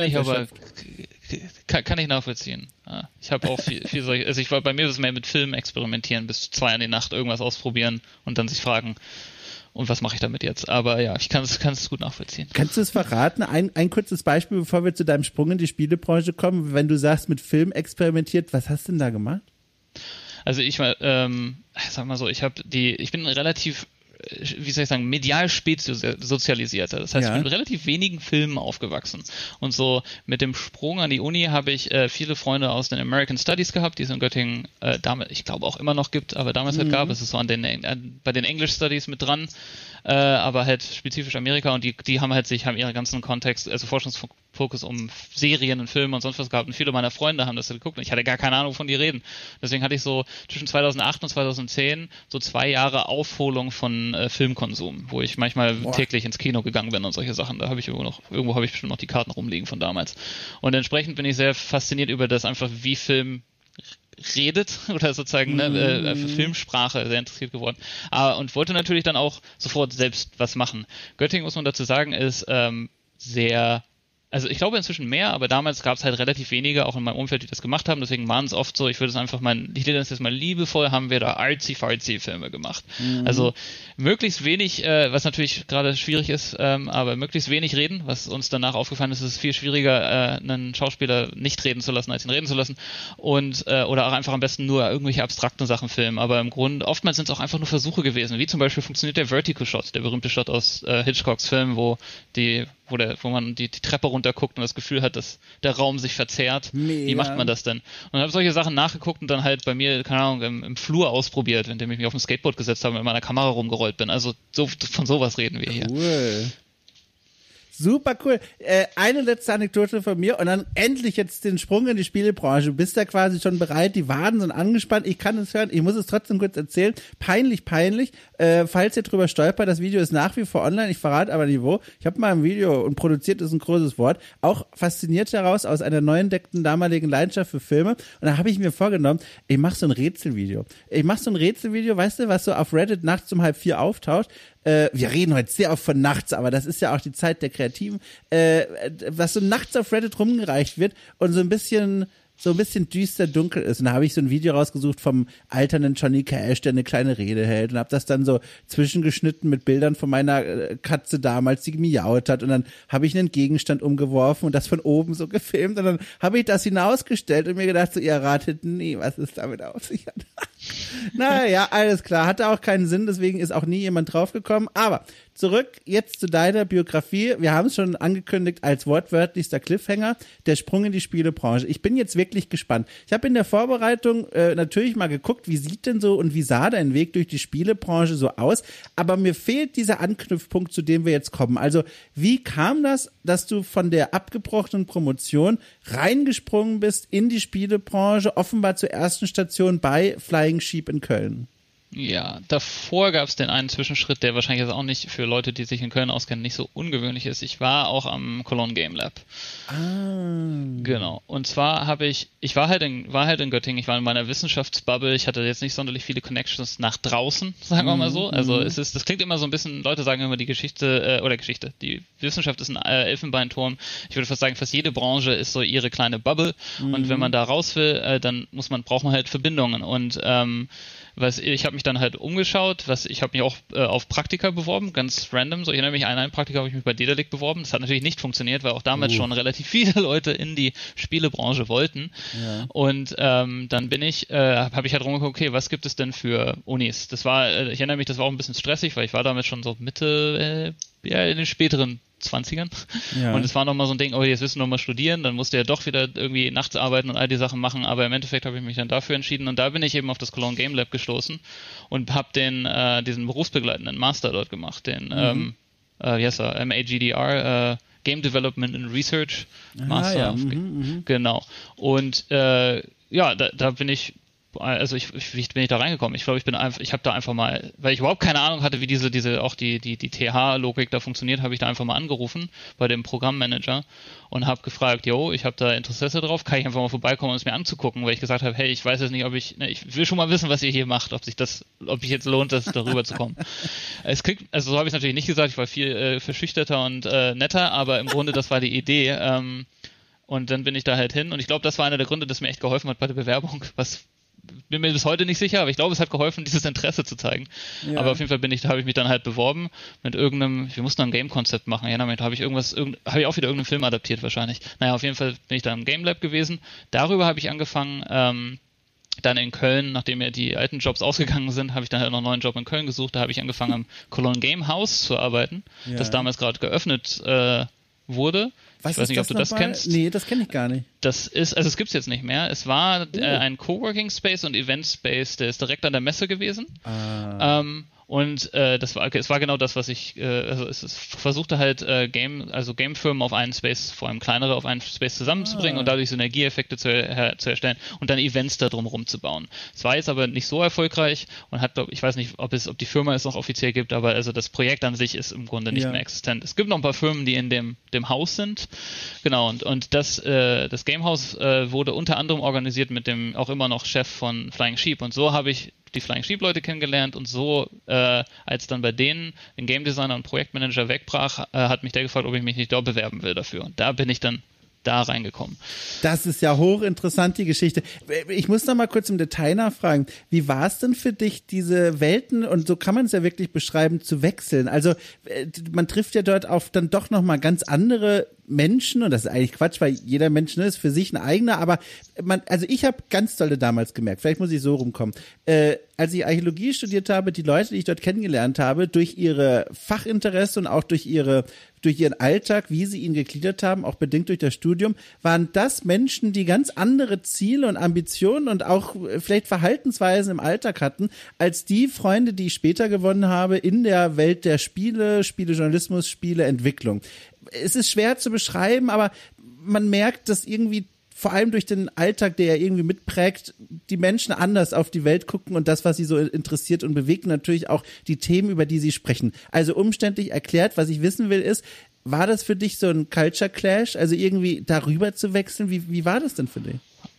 kann ich nachvollziehen. Ja, ich habe auch viel solche, also bei mir ist es mehr mit Filmen experimentieren, bis 2 in die Nacht irgendwas ausprobieren und dann sich fragen, und was mache ich damit jetzt? Aber ja, ich kann es gut nachvollziehen. Kannst du es verraten? Ein kurzes Beispiel, bevor wir zu deinem Sprung in die Spielebranche kommen. Wenn du sagst, mit Film experimentiert, was hast du denn da gemacht? Also sag mal so, ich bin relativ, wie soll ich sagen, medial spät sozialisierter. Das heißt, ich bin mit relativ wenigen Filmen aufgewachsen. Und so mit dem Sprung an die Uni habe ich viele Freunde aus den American Studies gehabt, die es in Göttingen damals, ich glaube auch immer noch gibt, aber damals halt gab es so bei den English Studies mit dran, aber halt spezifisch Amerika, und die haben ihre ganzen Kontext, also Forschungsfokus um Serien und Filme und sonst was gehabt, und viele meiner Freunde haben das geguckt und ich hatte gar keine Ahnung, von die reden. Deswegen hatte ich so zwischen 2008 und 2010 so 2 Jahre Aufholung von Filmkonsum, wo ich manchmal täglich ins Kino gegangen bin und solche Sachen. Da habe ich irgendwo habe ich bestimmt noch die Karten rumliegen von damals. Und entsprechend bin ich sehr fasziniert über das einfach, wie Film redet oder sozusagen für Filmsprache sehr interessiert geworden. Und wollte natürlich dann auch sofort selbst was machen. Göttingen, muss man dazu sagen, ist sehr, also ich glaube inzwischen mehr, aber damals gab es halt relativ wenige, auch in meinem Umfeld, die das gemacht haben, deswegen waren es oft so, ich nenne das jetzt mal liebevoll, haben wir da artsy-fartsy Filme gemacht. Also möglichst wenig, was natürlich gerade schwierig ist, aber möglichst wenig reden, was uns danach aufgefallen ist, ist es viel schwieriger, einen Schauspieler nicht reden zu lassen, als ihn reden zu lassen, und oder auch einfach am besten nur irgendwelche abstrakten Sachen filmen, aber im Grunde, oftmals sind es auch einfach nur Versuche gewesen, wie zum Beispiel funktioniert der Vertical Shot, der berühmte Shot aus Hitchcocks Film, wo man die Treppe runterguckt und das Gefühl hat, dass der Raum sich verzerrt. Mega. Wie macht man das denn? Und habe solche Sachen nachgeguckt und dann halt bei mir, keine Ahnung, im Flur ausprobiert, indem ich mich auf ein Skateboard gesetzt habe und mit meiner Kamera rumgerollt bin. Also von sowas reden wir hier. Cool. Super cool. Eine letzte Anekdote von mir und dann endlich jetzt den Sprung in die Spielebranche. Du bist da quasi schon bereit, die Waden sind angespannt. Ich kann es hören, ich muss es trotzdem kurz erzählen. Peinlich. Falls ihr drüber stolpert, das Video ist nach wie vor online, ich verrate aber nicht wo. Ich habe mal ein Video, und produziert ist ein großes Wort, auch fasziniert daraus aus einer neu entdeckten damaligen Leidenschaft für Filme. Und da habe ich mir vorgenommen, ich mache so ein Rätselvideo. Weißt du, was so auf Reddit nachts um 3:30 auftaucht? Wir reden heute sehr oft von nachts, aber das ist ja auch die Zeit der Kreativen, was so nachts auf Reddit rumgereicht wird und so ein bisschen düster dunkel ist. Und da habe ich so ein Video rausgesucht vom alternden Johnny Cash, der eine kleine Rede hält, und habe das dann so zwischengeschnitten mit Bildern von meiner Katze damals, die miaut hat, und dann habe ich einen Gegenstand umgeworfen und das von oben so gefilmt, und dann habe ich das hinausgestellt und mir gedacht, so, ihr ratet nie, was es damit auf sich hat. Naja, alles klar, hatte auch keinen Sinn, deswegen ist auch nie jemand draufgekommen, aber zurück jetzt zu deiner Biografie. Wir haben es schon angekündigt als wortwörtlichster Cliffhanger, der Sprung in die Spielebranche. Ich bin jetzt wirklich gespannt. Ich habe in der Vorbereitung natürlich mal geguckt, wie sieht denn so und wie sah dein Weg durch die Spielebranche so aus, aber mir fehlt dieser Anknüpfpunkt, zu dem wir jetzt kommen. Also wie kam das, dass du von der abgebrochenen Promotion reingesprungen bist in die Spielebranche, offenbar zur ersten Station bei Flying Sheep in Köln? Ja, davor gab es den einen Zwischenschritt, der wahrscheinlich jetzt auch nicht für Leute, die sich in Köln auskennen, nicht so ungewöhnlich ist. Ich war auch am Cologne Game Lab. Genau. Und zwar ich war halt in Göttingen, ich war in meiner Wissenschaftsbubble, ich hatte jetzt nicht sonderlich viele Connections nach draußen, sagen wir mal so. Also das klingt immer so ein bisschen, Leute sagen immer die die Wissenschaft ist ein Elfenbeinturm. Ich würde fast sagen, fast jede Branche ist so ihre kleine Bubble. Und wenn man da raus will, dann braucht man halt Verbindungen. Und ich habe mich dann halt umgeschaut, ich habe mich auch auf Praktika beworben, ganz random. So, ich erinnere mich an ein Praktika, habe ich mich bei Dedalic beworben. Das hat natürlich nicht funktioniert, weil auch damals schon relativ viele Leute in die Spielebranche wollten. Ja. Und dann habe ich halt rumgeguckt, okay, was gibt es denn für Unis? Ich erinnere mich, das war auch ein bisschen stressig, weil ich war damit schon so Mitte, in den späteren 20ern. Ja. Und es war nochmal so ein Ding, jetzt willst du nochmal studieren, dann musst du ja doch wieder irgendwie nachts arbeiten und all die Sachen machen, aber im Endeffekt habe ich mich dann dafür entschieden und da bin ich eben auf das Cologne Game Lab gestoßen und habe diesen berufsbegleitenden Master dort gemacht, den wie heißt er, MAGDR, Game Development and Research Master. Ja. Genau. Und da bin ich wie bin ich da reingekommen? Ich glaube, ich habe da einfach mal, weil ich überhaupt keine Ahnung hatte, wie die TH-Logik da funktioniert, habe ich da einfach mal angerufen bei dem Programmmanager und habe gefragt, ich habe da Interesse drauf, kann ich einfach mal vorbeikommen, um es mir anzugucken, weil ich gesagt habe, hey, ich weiß jetzt nicht, ich will schon mal wissen, was ihr hier macht, ob sich jetzt lohnt, darüber zu kommen. So habe ich es natürlich nicht gesagt, ich war viel verschüchterter und netter, aber im Grunde, das war die Idee. Und dann bin ich da halt hin und ich glaube, das war einer der Gründe, das mir echt geholfen hat bei der Bewerbung, bin mir bis heute nicht sicher, aber ich glaube, es hat geholfen, dieses Interesse zu zeigen. Ja. Aber auf jeden Fall habe ich mich dann halt beworben mit wir mussten ein Game-Konzept machen. Ja, damit habe ich auch wieder irgendeinen Film adaptiert wahrscheinlich. Naja, auf jeden Fall bin ich da im Game Lab gewesen. Darüber habe ich angefangen, dann in Köln, nachdem mir die alten Jobs ausgegangen sind, habe ich dann halt noch einen neuen Job in Köln gesucht. Da habe ich angefangen, am Cologne Game House zu arbeiten, das damals gerade geöffnet wurde. Ich weiß nicht, ob du das kennst. Nee, das kenne ich gar nicht. Es gibt es jetzt nicht mehr. Es war ein Coworking Space und Event Space, der ist direkt an der Messe gewesen. Und es war genau das, was es versuchte halt Game-Firmen auf einen Space, vor allem kleinere, auf einen Space zusammenzubringen und dadurch Synergieeffekte zu erstellen und dann Events da drumherum zu bauen. Es war jetzt aber nicht so erfolgreich und ich weiß nicht, ob die Firma es noch offiziell gibt, aber also das Projekt an sich ist im Grunde nicht mehr existent. Es gibt noch ein paar Firmen, die in dem Haus sind. Genau, und das Gamehouse wurde unter anderem organisiert mit dem auch immer noch Chef von Flying Sheep und so habe ich die Flying Sheep Leute kennengelernt und so, als dann bei denen ein Game Designer und Projektmanager wegbrach, hat mich der gefragt, ob ich mich nicht dort bewerben will dafür. Und da bin ich dann da reingekommen. Das ist ja hochinteressant, die Geschichte. Ich muss noch mal kurz im Detail nachfragen. Wie war es denn für dich, diese Welten, und so kann man es ja wirklich beschreiben, zu wechseln? Also man trifft ja dort auf dann doch noch mal ganz andere Menschen, und das ist eigentlich Quatsch, weil jeder Mensch ist für sich ein eigener, aber ich habe ganz tolle damals gemerkt, vielleicht muss ich so rumkommen, als ich Archäologie studiert habe, die Leute, die ich dort kennengelernt habe, durch ihre Fachinteresse und auch durch ihren Alltag, wie sie ihn gegliedert haben, auch bedingt durch das Studium, waren das Menschen, die ganz andere Ziele und Ambitionen und auch vielleicht Verhaltensweisen im Alltag hatten, als die Freunde, die ich später gewonnen habe in der Welt der Spielejournalismus, Spieleentwicklung. Es ist schwer zu beschreiben, aber man merkt, dass irgendwie vor allem durch den Alltag, der ja irgendwie mitprägt, die Menschen anders auf die Welt gucken und das, was sie so interessiert und bewegt, natürlich auch die Themen, über die sie sprechen. Also umständlich erklärt, was ich wissen will, ist, war das für dich so ein Culture Clash, also irgendwie darüber zu wechseln? Wie war das denn für dich?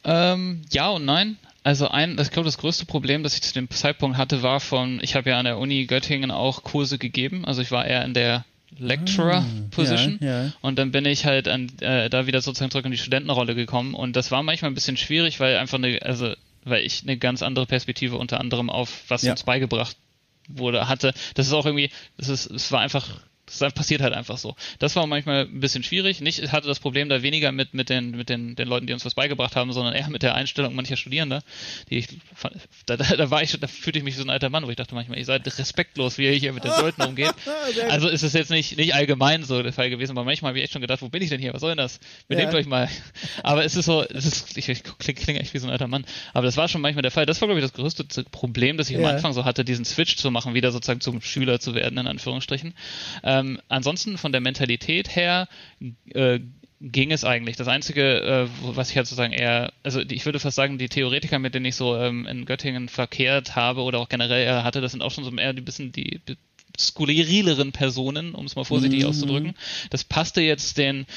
Ja und nein. Also ich glaube, das größte Problem, das ich zu dem Zeitpunkt hatte, war ich habe ja an der Uni Göttingen auch Kurse gegeben, also ich war eher in der Lecturer-Position und dann bin ich halt da wieder sozusagen zurück in die Studentenrolle gekommen und das war manchmal ein bisschen schwierig, weil weil ich eine ganz andere Perspektive unter anderem auf was uns beigebracht hatte. Das ist auch irgendwie, es war einfach Das passiert halt einfach so. Das war manchmal ein bisschen schwierig. Ich hatte das Problem da weniger mit den Leuten, die uns was beigebracht haben, sondern eher mit der Einstellung mancher Studierender. Da fühlte ich mich wie so ein alter Mann, wo ich dachte manchmal, ihr seid respektlos, wie ihr hier mit den Leuten umgeht. Also ist es jetzt nicht allgemein so der Fall gewesen, aber manchmal habe ich echt schon gedacht, wo bin ich denn hier? Was soll denn das? Benehmt euch mal. Aber es ist so, ich klinge echt wie so ein alter Mann. Aber das war schon manchmal der Fall. Das war, glaube ich, das größte Problem, das ich am Anfang so hatte, diesen Switch zu machen, wieder sozusagen zum Schüler zu werden, in Anführungsstrichen. Ansonsten von der Mentalität her ging es eigentlich. Das Einzige, was ich halt sozusagen also ich würde fast sagen, die Theoretiker, mit denen ich so in Göttingen verkehrt habe oder auch generell hatte, das sind auch schon so eher ein bisschen die skurrileren Personen, um es mal vorsichtig auszudrücken. Das passte jetzt den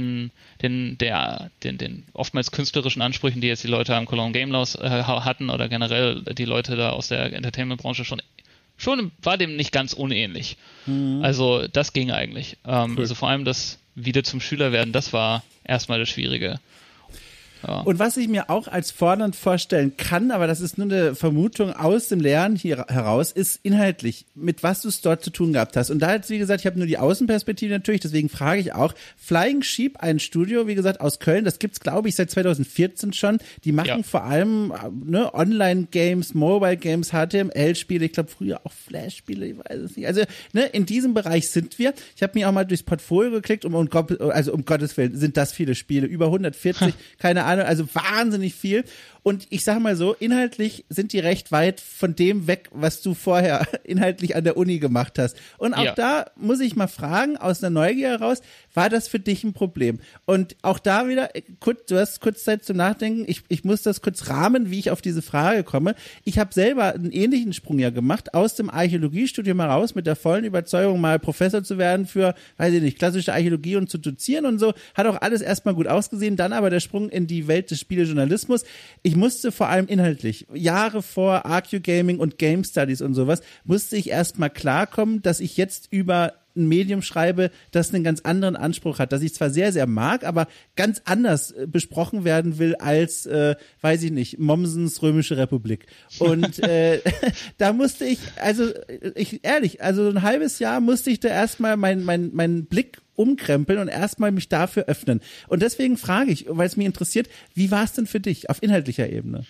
oftmals künstlerischen Ansprüchen, die jetzt die Leute am Cologne Game Laws hatten oder generell die Leute da aus der Entertainment-Branche schon war dem nicht ganz unähnlich. Also das ging eigentlich. Cool. Also vor allem das wieder zum Schüler werden, das war erstmal das Schwierige. Ja. Und was ich mir auch als fordernd vorstellen kann, aber das ist nur eine Vermutung aus dem Lernen hier heraus, ist inhaltlich, mit was du es dort zu tun gehabt hast. Und da jetzt, wie gesagt, ich habe nur die Außenperspektive natürlich, deswegen frage ich auch, Flying Sheep, ein Studio, wie gesagt, aus Köln, das gibt's, glaube ich, seit 2014 schon. Die machen vor allem Online-Games, Mobile-Games, HTML-Spiele, ich glaube früher auch Flash-Spiele, ich weiß es nicht. Also in diesem Bereich sind wir. Ich habe mir auch mal durchs Portfolio geklickt, um Gottes Willen, sind das viele Spiele, über 140, keine Ahnung, also wahnsinnig viel. Und ich sage mal so, inhaltlich sind die recht weit von dem weg, was du vorher inhaltlich an der Uni gemacht hast. Und auch da muss ich mal fragen, aus einer Neugier heraus, war das für dich ein Problem? Und auch da wieder, du hast kurz Zeit zum Nachdenken, ich muss das kurz rahmen, wie ich auf diese Frage komme. Ich habe selber einen ähnlichen Sprung ja gemacht, aus dem Archäologiestudium heraus mit der vollen Überzeugung, mal Professor zu werden für, weiß ich nicht, klassische Archäologie und zu dozieren und so. Hat auch alles erstmal gut ausgesehen, dann aber der Sprung in die Welt des Spielejournalismus. Ich musste vor allem inhaltlich, Jahre vor ArcuGaming und Game Studies und sowas, musste ich erstmal klarkommen, dass ich jetzt über ein Medium schreibe, das einen ganz anderen Anspruch hat, das ich zwar sehr, sehr mag, aber ganz anders besprochen werden will als, weiß ich nicht, Mommsens Römische Republik. Und da musste ich, also ein halbes Jahr musste ich da erstmal meinen Blick umkrempeln und erstmal mich dafür öffnen. Und deswegen frage ich, weil es mich interessiert, wie war es denn für dich auf inhaltlicher Ebene?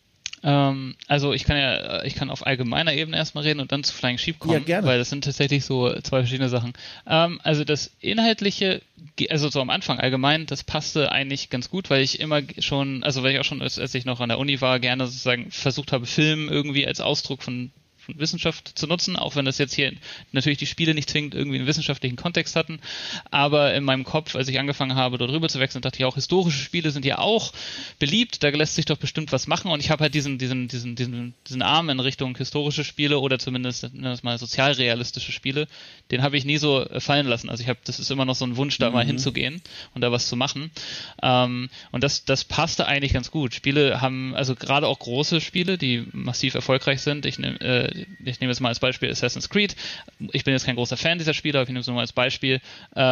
Also ich kann auf allgemeiner Ebene erstmal reden und dann zu Flying Sheep kommen, weil das sind tatsächlich so zwei verschiedene Sachen. Also das Inhaltliche, also so am Anfang allgemein, das passte eigentlich ganz gut, weil ich immer schon, also weil ich auch schon, als ich noch an der Uni war, gerne sozusagen versucht habe, Film irgendwie als Ausdruck von Wissenschaft zu nutzen, auch wenn das jetzt hier natürlich die Spiele nicht zwingend irgendwie einen wissenschaftlichen Kontext hatten, aber in meinem Kopf, als ich angefangen habe, dort rüber zu wechseln, dachte ich auch, historische Spiele sind ja auch beliebt, da lässt sich doch bestimmt was machen und ich habe halt diesen Arm in Richtung historische Spiele oder zumindest, nennen wir es mal, sozialrealistische Spiele, den habe ich nie so fallen lassen, also das ist immer noch so ein Wunsch, da mal hinzugehen und da was zu machen, und das passte eigentlich ganz gut. Spiele haben, also gerade auch große Spiele, die massiv erfolgreich sind, ich nehme jetzt mal als Beispiel Assassin's Creed. Ich bin jetzt kein großer Fan dieser Spiele, aber ich nehme es nur mal als Beispiel.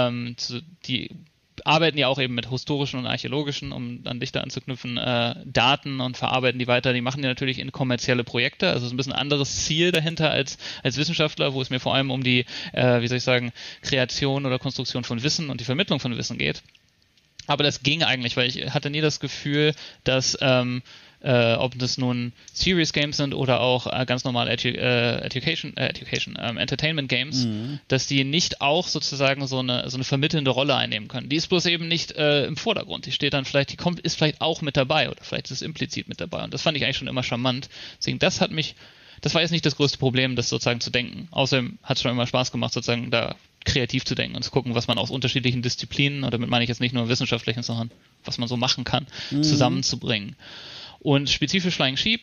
Die arbeiten ja auch eben mit historischen und archäologischen, um an dich da anzuknüpfen, Daten und verarbeiten die weiter. Die machen die natürlich in kommerzielle Projekte, also so ein bisschen anderes Ziel dahinter als Wissenschaftler, wo es mir vor allem um die, Kreation oder Konstruktion von Wissen und die Vermittlung von Wissen geht. Aber das ging eigentlich, weil ich hatte nie das Gefühl, dass ob das nun Serious Games sind oder auch ganz normale Entertainment Games, dass die nicht auch sozusagen so eine vermittelnde Rolle einnehmen können. Die ist bloß eben nicht im Vordergrund. Die steht dann vielleicht, ist vielleicht auch mit dabei oder vielleicht ist es implizit mit dabei. Und das fand ich eigentlich schon immer charmant. Deswegen, das war jetzt nicht das größte Problem, das sozusagen zu denken. Außerdem hat es schon immer Spaß gemacht, sozusagen da kreativ zu denken und zu gucken, was man aus unterschiedlichen Disziplinen, und damit meine ich jetzt nicht nur wissenschaftlichen, sondern was man so machen kann, zusammenzubringen. Und spezifisch Flying Sheep,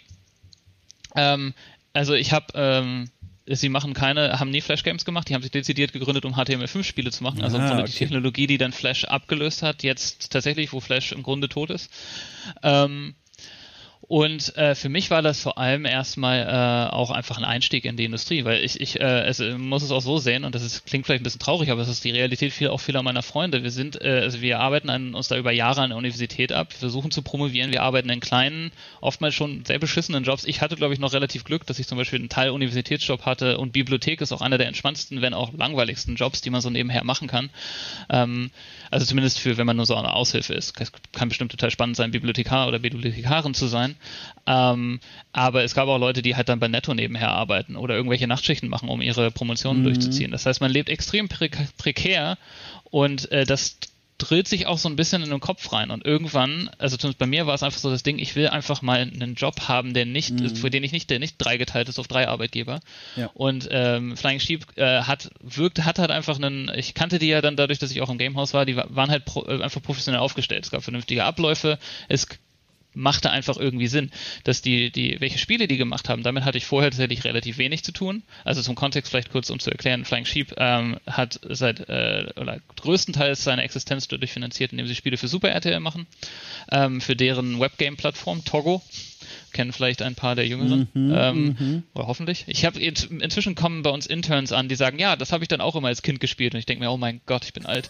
also ich habe, sie haben nie Flash-Games gemacht, die haben sich dezidiert gegründet, um HTML5-Spiele zu machen, also die Technologie, die dann Flash abgelöst hat, jetzt tatsächlich, wo Flash im Grunde tot ist. Und für mich war das vor allem erstmal auch einfach ein Einstieg in die Industrie, weil ich muss es auch so sehen, und klingt vielleicht ein bisschen traurig, aber es ist die Realität vieler meiner Freunde. Wir arbeiten uns da über Jahre an der Universität ab, wir versuchen zu promovieren, wir arbeiten in kleinen, oftmals schon sehr beschissenen Jobs. Ich hatte, glaube ich, noch relativ Glück, dass ich zum Beispiel einen Teil Universitätsjob hatte, und Bibliothek ist auch einer der entspanntesten, wenn auch langweiligsten Jobs, die man so nebenher machen kann. Also zumindest wenn man nur so eine Aushilfe ist. Es kann bestimmt total spannend sein, Bibliothekar oder Bibliothekarin zu sein. Aber es gab auch Leute, die halt dann bei Netto nebenher arbeiten oder irgendwelche Nachtschichten machen, um ihre Promotionen durchzuziehen. Das heißt, man lebt extrem prekär, und das drillt sich auch so ein bisschen in den Kopf rein. Und irgendwann, also zumindest bei mir war es einfach so das Ding, ich will einfach mal einen Job haben, der nicht dreigeteilt ist auf 3 Arbeitgeber. Ja. Und Flying Sheep hat halt einfach ich kannte die ja dann dadurch, dass ich auch im Gamehouse war, die waren halt einfach professionell aufgestellt. Es gab vernünftige Abläufe, es machte einfach irgendwie Sinn, dass welche Spiele die gemacht haben, damit hatte ich vorher tatsächlich relativ wenig zu tun. Also zum Kontext vielleicht kurz, um zu erklären, Flying Sheep hat größtenteils seine Existenz dadurch finanziert, indem sie Spiele für Super RTL machen, für deren Webgame-Plattform Togo. Kennen vielleicht ein paar der Jüngeren, oder hoffentlich. Inzwischen kommen bei uns Interns an, die sagen, ja, das habe ich dann auch immer als Kind gespielt, und ich denke mir, oh mein Gott, ich bin alt.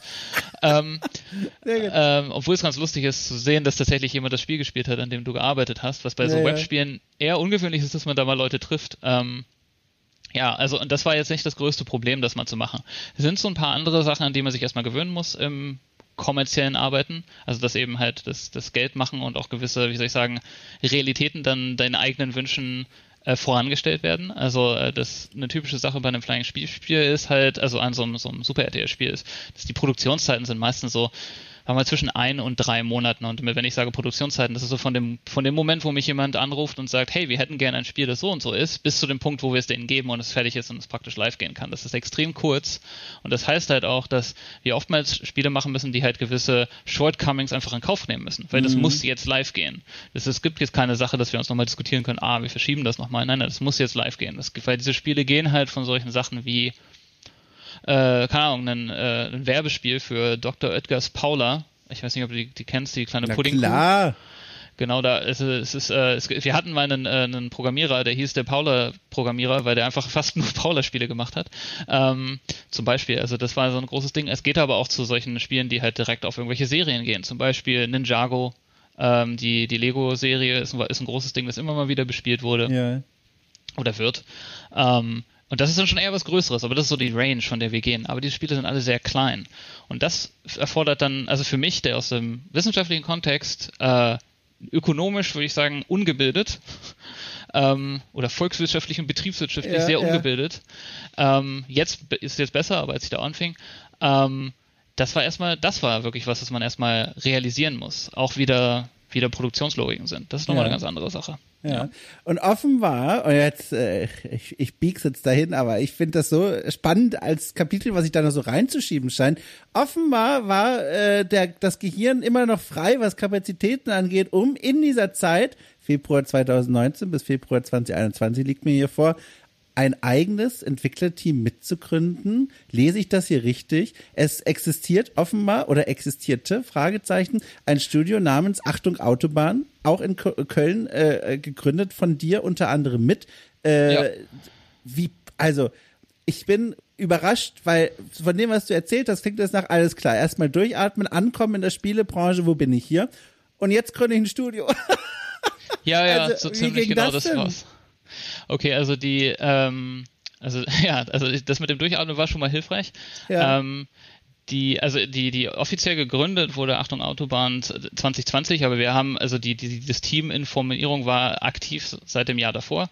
Obwohl es ganz lustig ist zu sehen, dass tatsächlich jemand das Spiel gespielt hat, an dem du gearbeitet hast, was bei so Webspielen eher ungewöhnlich ist, dass man da mal Leute trifft. Und das war jetzt nicht das größte Problem, das mal zu machen. Es sind so ein paar andere Sachen, an die man sich erstmal gewöhnen muss im kommerziellen Arbeiten, also dass eben halt das Geld machen und auch gewisse, wie soll ich sagen, Realitäten dann deinen eigenen Wünschen vorangestellt werden. Also das eine typische Sache bei einem Flying Spiel ist halt, also an so einem Super RTL-Spiel ist, dass die Produktionszeiten sind meistens so, sagen wir, zwischen 1 und 3 Monaten. Und wenn ich sage Produktionszeiten, das ist so von dem Moment, wo mich jemand anruft und sagt, hey, wir hätten gerne ein Spiel, das so und so ist, bis zu dem Punkt, wo wir es denen geben und es fertig ist und es praktisch live gehen kann. Das ist extrem kurz. Und das heißt halt auch, dass wir oftmals Spiele machen müssen, die halt gewisse Shortcomings einfach in Kauf nehmen müssen. Weil das muss jetzt live gehen. Es gibt jetzt keine Sache, dass wir uns nochmal diskutieren können, wir verschieben das nochmal. Nein, das muss jetzt live gehen. Weil diese Spiele gehen halt von solchen Sachen wie keine Ahnung, ein Werbespiel für Dr. Oetkers Paula. Ich weiß nicht, ob du die kennst, die kleine Puddingkuh. Klar. Genau, wir hatten mal einen Programmierer, der hieß der Paula-Programmierer, weil der einfach fast nur Paula-Spiele gemacht hat. Zum Beispiel, also das war so ein großes Ding. Es geht aber auch zu solchen Spielen, die halt direkt auf irgendwelche Serien gehen. Zum Beispiel Ninjago, die Lego-Serie ist ein großes Ding, das immer mal wieder bespielt wurde. Ja. Oder wird. Und das ist dann schon eher was Größeres, aber das ist so die Range, von der wir gehen. Aber diese Spiele sind alle sehr klein. Und das erfordert dann, also für mich, der aus dem wissenschaftlichen Kontext ökonomisch, würde ich sagen, ungebildet oder volkswirtschaftlich und betriebswirtschaftlich sehr ungebildet. Jetzt ist es besser, aber als ich da anfing, das war wirklich was man erstmal realisieren muss. Auch wieder Produktionslogiken sind. Das ist nochmal eine ganz andere Sache. Ja. Und offenbar, und jetzt, ich bieg's jetzt dahin, aber ich finde das so spannend als Kapitel, was sich da noch so reinzuschieben scheint. Offenbar war das Gehirn immer noch frei, was Kapazitäten angeht, um in dieser Zeit, Februar 2019 bis Februar 2021 liegt mir hier vor, ein eigenes Entwicklerteam mitzugründen. Lese ich das hier richtig? Es existiert offenbar oder existierte, Fragezeichen, ein Studio namens Achtung Autobahn, auch in Köln gegründet von dir unter anderem mit. Ich bin überrascht, weil von dem, was du erzählt hast, klingt das nach alles klar. Erstmal durchatmen, ankommen in der Spielebranche, wo bin ich hier? Und jetzt gründe ich ein Studio. So ziemlich genau das war's. Okay, also das mit dem Durchatmen war schon mal hilfreich. Ja. Die offiziell gegründet wurde Achtung Autobahn 2020, aber wir haben, also das Team in Formulierung war aktiv seit dem Jahr davor.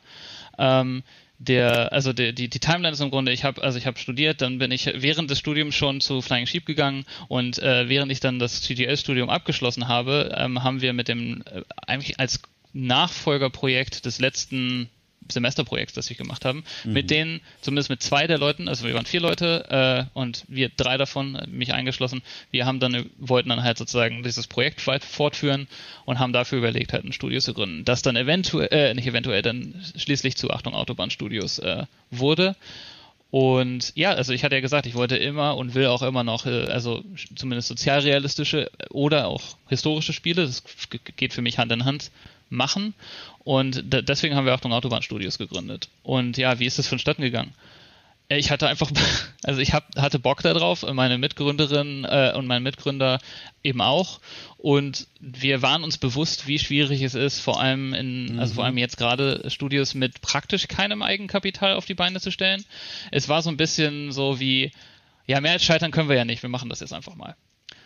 Die Timeline ist im Grunde, ich habe studiert, dann bin ich während des Studiums schon zu Flying Sheep gegangen und während ich dann das CGL-Studium abgeschlossen habe, haben wir mit dem eigentlich als Nachfolgerprojekt des letzten Semesterprojekts, das wir gemacht haben, mit denen, zumindest mit 2 der Leuten, also wir waren 4 Leute und wir 3 davon, mich eingeschlossen, wollten dann halt sozusagen dieses Projekt fortführen und haben dafür überlegt, halt ein Studio zu gründen, das dann dann schließlich zu Achtung Autobahn Studios wurde. Und ja, also ich hatte ja gesagt, ich wollte immer und will auch immer noch, also zumindest sozialrealistische oder auch historische Spiele, das geht für mich Hand in Hand, machen. Und deswegen haben wir Achtung Autobahn Studios gegründet. Und ja, wie ist das vonstatten gegangen? Ich hatte einfach, also ich hatte Bock da drauf, meine Mitgründerin und mein Mitgründer eben auch. Und wir waren uns bewusst, wie schwierig es ist, vor allem vor allem jetzt gerade Studios mit praktisch keinem Eigenkapital auf die Beine zu stellen. Es war so ein bisschen so wie, ja, mehr als scheitern können wir ja nicht, wir machen das jetzt einfach mal.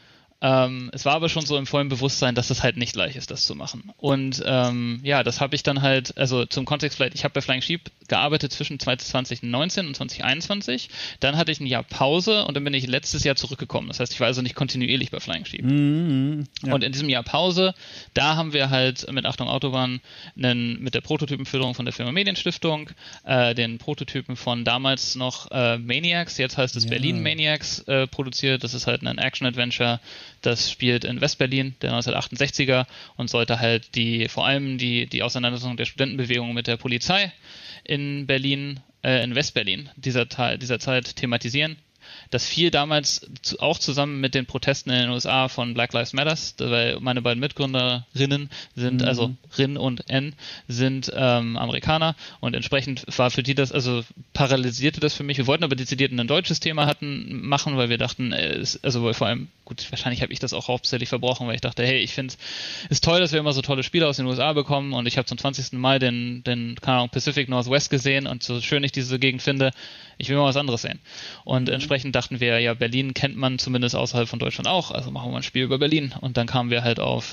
Es war aber schon so im vollen Bewusstsein, dass es halt nicht leicht ist, das zu machen. Und das habe ich dann halt, also zum Kontext vielleicht, ich habe bei Flying Sheep gearbeitet zwischen 2019 und 2021. Dann hatte ich ein Jahr Pause und dann bin ich letztes Jahr zurückgekommen. Das heißt, ich war also nicht kontinuierlich bei Flying Sheep. Ja. Und in diesem Jahr Pause, da haben wir halt mit Achtung Autobahn mit der Prototypenförderung von der Firma Medienstiftung, den Prototypen von damals noch Maniacs, jetzt heißt es Berlin Maniacs, produziert. Das ist halt ein Action-Adventure. Das spielt in Westberlin, der 1968er, und sollte halt vor allem die Auseinandersetzung der Studentenbewegung mit der Polizei in Berlin, in Westberlin dieser Zeit thematisieren. Das fiel damals auch zusammen mit den Protesten in den USA von Black Lives Matter, weil meine beiden Mitgründerinnen sind, also Rin und N, sind Amerikaner, und entsprechend war für die das, also paralysierte das für mich. Wir wollten aber dezidiert ein deutsches Thema machen, weil wir dachten, vor allem, gut, wahrscheinlich habe ich das auch hauptsächlich verbrochen, weil ich dachte, hey, ich finde es ist toll, dass wir immer so tolle Spiele aus den USA bekommen, und ich habe zum 20. Mal den keine Ahnung, Pacific Northwest gesehen, und so schön ich diese Gegend finde, ich will mal was anderes sehen. Und entsprechend dachten wir, ja, Berlin kennt man zumindest außerhalb von Deutschland auch, also machen wir ein Spiel über Berlin. Und dann kamen wir halt auf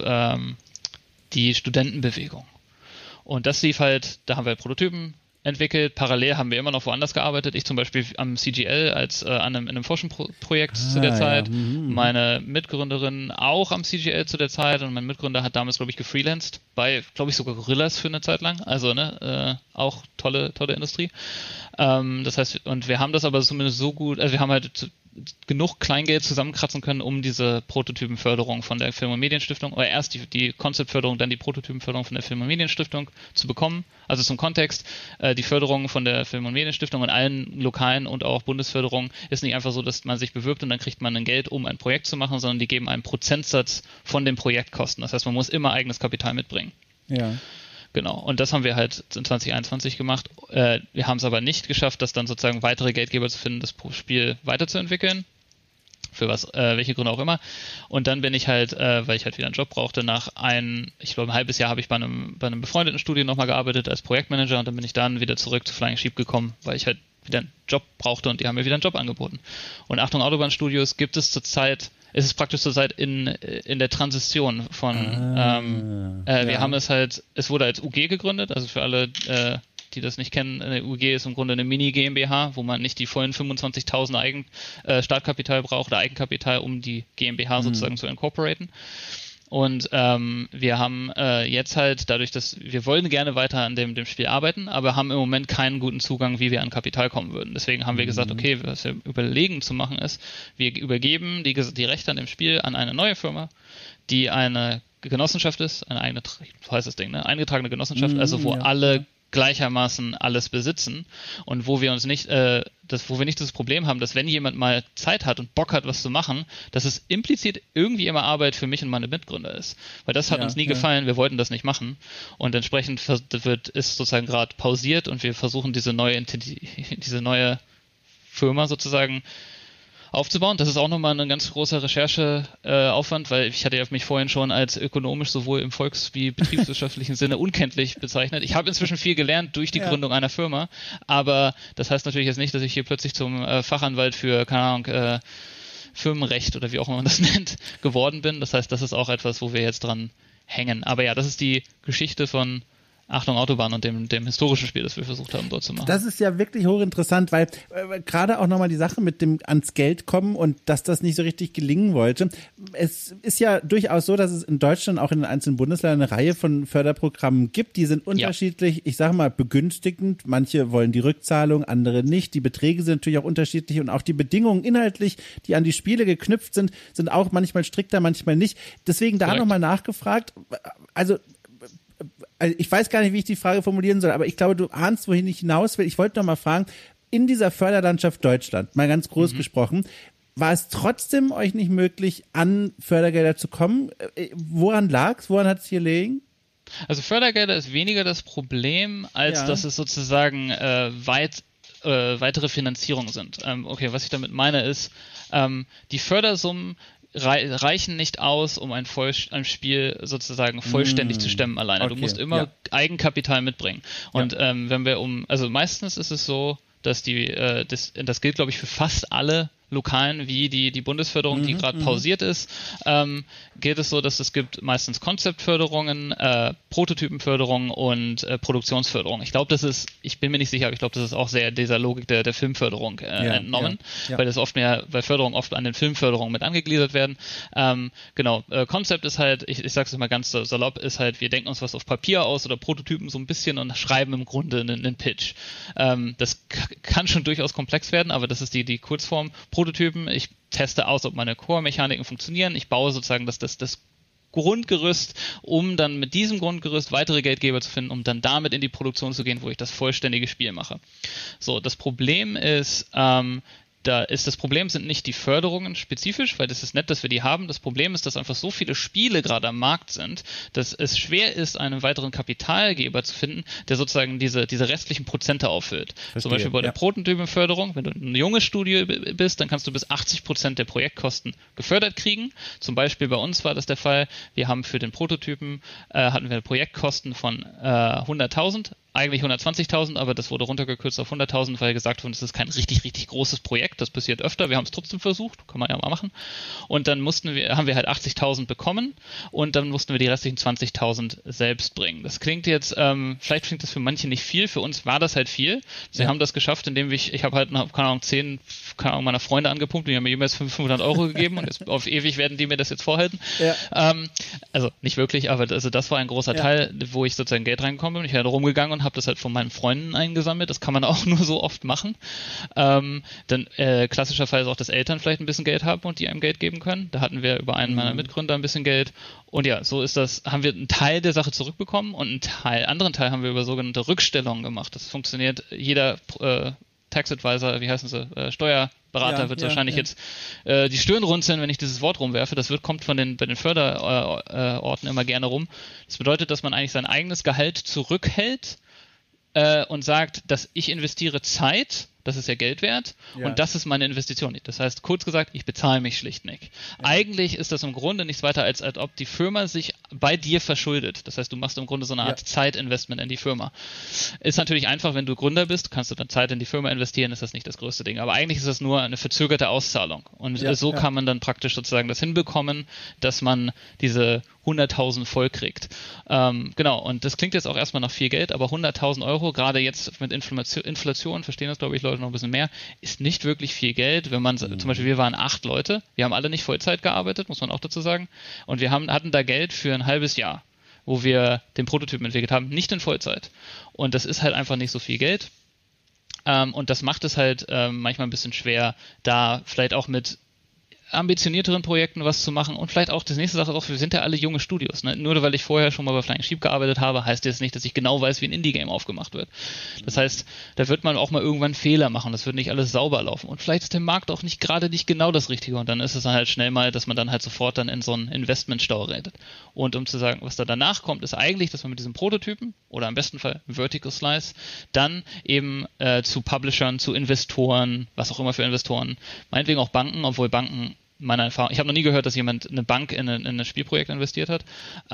die Studentenbewegung. Und das lief halt, da haben wir Prototypen entwickelt. Parallel haben wir immer noch woanders gearbeitet. Ich zum Beispiel am CGL in einem Forschungsprojekt zu der Zeit. Meine Mitgründerin auch am CGL zu der Zeit, und mein Mitgründer hat damals, glaube ich, gefreelanced bei, glaube ich, sogar Gorillas für eine Zeit lang. Also, auch tolle Industrie. Das heißt, und wir haben das aber zumindest so gut, also wir haben halt genug Kleingeld zusammenkratzen können, um diese Prototypenförderung von der Film- und Medienstiftung, oder erst die Konzeptförderung, dann die Prototypenförderung von der Film- und Medienstiftung zu bekommen. Also zum Kontext, die Förderung von der Film- und Medienstiftung und allen lokalen und auch Bundesförderungen ist nicht einfach so, dass man sich bewirbt und dann kriegt man ein Geld, um ein Projekt zu machen, sondern die geben einen Prozentsatz von den Projektkosten. Das heißt, man muss immer eigenes Kapital mitbringen. Ja. Genau, und das haben wir halt in 2021 gemacht. Wir haben es aber nicht geschafft, das dann sozusagen weitere Geldgeber zu finden, das Spiel weiterzuentwickeln. Für welche Gründe auch immer. Und dann bin ich halt, weil ich halt wieder einen Job brauchte, ich glaube ein halbes Jahr habe ich bei einem befreundeten Studio nochmal gearbeitet als Projektmanager, und dann bin ich dann wieder zurück zu Flying Sheep gekommen, weil ich halt wieder einen Job brauchte, und die haben mir wieder einen Job angeboten. Und Achtung Autobahn Studios gibt es zurzeit, es ist praktisch zurzeit in der Transition von, wir haben es wurde als UG gegründet, also für alle, die das nicht kennen, eine UG ist im Grunde eine Mini-GmbH, wo man nicht die vollen 25.000 Startkapital braucht oder Eigenkapital, um die GmbH sozusagen zu incorporaten. Und wir haben jetzt halt dadurch, dass wir wollen gerne weiter an dem Spiel arbeiten, aber haben im Moment keinen guten Zugang, wie wir an Kapital kommen würden. Deswegen haben wir gesagt, okay, was wir überlegen zu machen ist, wir übergeben die Rechte an dem Spiel an eine neue Firma, die eine Genossenschaft ist, eine eigene, so heißt das Ding, ne? Eingetragene Genossenschaft, also wo alle gleichermaßen alles besitzen, und wo wir uns nicht, wo wir nicht das Problem haben, dass wenn jemand mal Zeit hat und Bock hat, was zu machen, dass es implizit irgendwie immer Arbeit für mich und meine Mitgründer ist. Weil das hat uns nie gefallen, wir wollten das nicht machen, und entsprechend ist sozusagen gerade pausiert, und wir versuchen diese neue Firma sozusagen aufzubauen. Das ist auch nochmal ein ganz großer Rechercheaufwand, weil ich hatte ja mich vorhin schon als ökonomisch sowohl im volks- wie betriebswirtschaftlichen Sinne unkenntlich bezeichnet. Ich habe inzwischen viel gelernt durch die Gründung einer Firma, aber das heißt natürlich jetzt nicht, dass ich hier plötzlich zum Fachanwalt für, keine Ahnung, Firmenrecht oder wie auch immer man das nennt, geworden bin. Das heißt, das ist auch etwas, wo wir jetzt dran hängen. Aber ja, das ist die Geschichte von Achtung Autobahn und dem historischen Spiel, das wir versucht haben, dort zu machen. Das ist ja wirklich hochinteressant, weil gerade auch nochmal die Sache mit dem ans Geld kommen und dass das nicht so richtig gelingen wollte. Es ist ja durchaus so, dass es in Deutschland auch in den einzelnen Bundesländern eine Reihe von Förderprogrammen gibt. Die sind unterschiedlich, ich sage mal, begünstigend. Manche wollen die Rückzahlung, andere nicht. Die Beträge sind natürlich auch unterschiedlich, und auch die Bedingungen inhaltlich, die an die Spiele geknüpft sind auch manchmal strikter, manchmal nicht. Deswegen da nochmal nachgefragt. Also ich weiß gar nicht, wie ich die Frage formulieren soll, aber ich glaube, du ahnst, wohin ich hinaus will. Ich wollte noch mal fragen, in dieser Förderlandschaft Deutschland, mal ganz groß gesprochen, war es trotzdem euch nicht möglich, an Fördergelder zu kommen? Woran lag's? Woran hat es hier gelegen? Also Fördergelder ist weniger das Problem, als dass es sozusagen weitere Finanzierungen sind. Okay, was ich damit meine ist, die Fördersummen reichen nicht aus, um ein Spiel sozusagen vollständig zu stemmen alleine. Okay, du musst immer Eigenkapital mitbringen. Und wenn wir also meistens ist es so, dass das gilt, glaube ich, für fast alle Lokalen wie die Bundesförderung, die gerade pausiert ist, geht es so, dass es gibt meistens Konzeptförderungen, Prototypenförderungen und Produktionsförderung. Ich bin mir nicht sicher, aber ich glaube, das ist auch sehr dieser Logik der Filmförderung entnommen, weil Förderungen oft an den Filmförderungen mit angegliedert werden. Konzept ist halt, ich sage es mal ganz salopp, ist halt, wir denken uns was auf Papier aus oder Prototypen so ein bisschen und schreiben im Grunde einen Pitch. Das kann schon durchaus komplex werden, aber das ist die Kurzform. Prototypen, ich teste aus, ob meine Core-Mechaniken funktionieren, ich baue sozusagen das Grundgerüst, um dann mit diesem Grundgerüst weitere Geldgeber zu finden, um dann damit in die Produktion zu gehen, wo ich das vollständige Spiel mache. So, das Problem ist, das Problem sind nicht die Förderungen spezifisch, weil das ist nett, dass wir die haben. Das Problem ist, dass einfach so viele Spiele gerade am Markt sind, dass es schwer ist, einen weiteren Kapitalgeber zu finden, der sozusagen diese restlichen Prozente auffüllt. Verstehe, zum Beispiel bei der Prototypenförderung, wenn du ein junges Studio bist, dann kannst du bis 80% der Projektkosten gefördert kriegen. Zum Beispiel bei uns war das der Fall. Wir haben für den Prototypen hatten wir Projektkosten von 100.000. Eigentlich 120.000, aber das wurde runtergekürzt auf 100.000, weil gesagt wurde, das ist kein richtig, richtig großes Projekt. Das passiert öfter. Wir haben es trotzdem versucht. Kann man ja mal machen. Und dann haben wir halt 80.000 bekommen und dann mussten wir die restlichen 20.000 selbst bringen. Das klingt jetzt, vielleicht klingt das für manche nicht viel. Für uns war das halt viel. Sie haben das geschafft, indem ich habe halt, keine Ahnung, 10 meiner Freunde angepumpt und die haben mir jeweils 500 Euro gegeben und jetzt auf ewig werden die mir das jetzt vorhalten. Ja. Also nicht wirklich, aber das war ein großer Teil, wo ich sozusagen Geld reingekommen bin. Ich bin rumgegangen und habe das halt von meinen Freunden eingesammelt. Das kann man auch nur so oft machen. Dann klassischerweise auch, dass Eltern vielleicht ein bisschen Geld haben und die einem Geld geben können. Da hatten wir über einen meiner Mitgründer ein bisschen Geld. Und ja, so ist das, haben wir einen Teil der Sache zurückbekommen und einen anderen Teil haben wir über sogenannte Rückstellungen gemacht. Das funktioniert, jeder Tax Advisor, wie heißen sie, Steuerberater wird wahrscheinlich jetzt die Stirn runzeln, wenn ich dieses Wort rumwerfe. Das kommt bei den Förderorten immer gerne rum. Das bedeutet, dass man eigentlich sein eigenes Gehalt zurückhält und sagt, dass ich investiere Zeit, das ist ja Geld wert, und das ist meine Investition. Das heißt, kurz gesagt, ich bezahle mich schlicht nicht. Ja. Eigentlich ist das im Grunde nichts weiter, als ob die Firma sich bei dir verschuldet. Das heißt, du machst im Grunde so eine Art Zeitinvestment in die Firma. Ist natürlich einfach, wenn du Gründer bist, kannst du dann Zeit in die Firma investieren, ist das nicht das größte Ding. Aber eigentlich ist das nur eine verzögerte Auszahlung. Und so kann man dann praktisch sozusagen das hinbekommen, dass man diese 100.000 voll kriegt. Genau, und das klingt jetzt auch erstmal nach viel Geld, aber 100.000 Euro, gerade jetzt mit Inflation, verstehen das, glaube ich, Leute noch ein bisschen mehr, ist nicht wirklich viel Geld, wenn man, zum Beispiel wir waren 8 Leute, wir haben alle nicht Vollzeit gearbeitet, muss man auch dazu sagen, und wir hatten da Geld für ein halbes Jahr, wo wir den Prototypen entwickelt haben, nicht in Vollzeit. Und das ist halt einfach nicht so viel Geld. Und das macht es halt manchmal ein bisschen schwer, da vielleicht auch mit ambitionierteren Projekten was zu machen und vielleicht auch, das nächste Sache ist auch, wir sind ja alle junge Studios, ne? Nur weil ich vorher schon mal bei Flying Sheep gearbeitet habe, heißt jetzt nicht, dass ich genau weiß, wie ein Indie-Game aufgemacht wird. Das heißt, da wird man auch mal irgendwann Fehler machen, das wird nicht alles sauber laufen und vielleicht ist der Markt auch nicht genau das Richtige und dann ist es dann halt schnell mal, dass man dann halt sofort dann in so einen Investmentstau redet. Und um zu sagen, was da danach kommt, ist eigentlich, dass man mit diesem Prototypen oder im besten Fall Vertical Slice dann eben zu Publishern, zu Investoren, was auch immer für Investoren, meinetwegen auch Banken, obwohl Banken, meiner Erfahrung, ich habe noch nie gehört, dass jemand eine Bank in ein Spielprojekt investiert hat,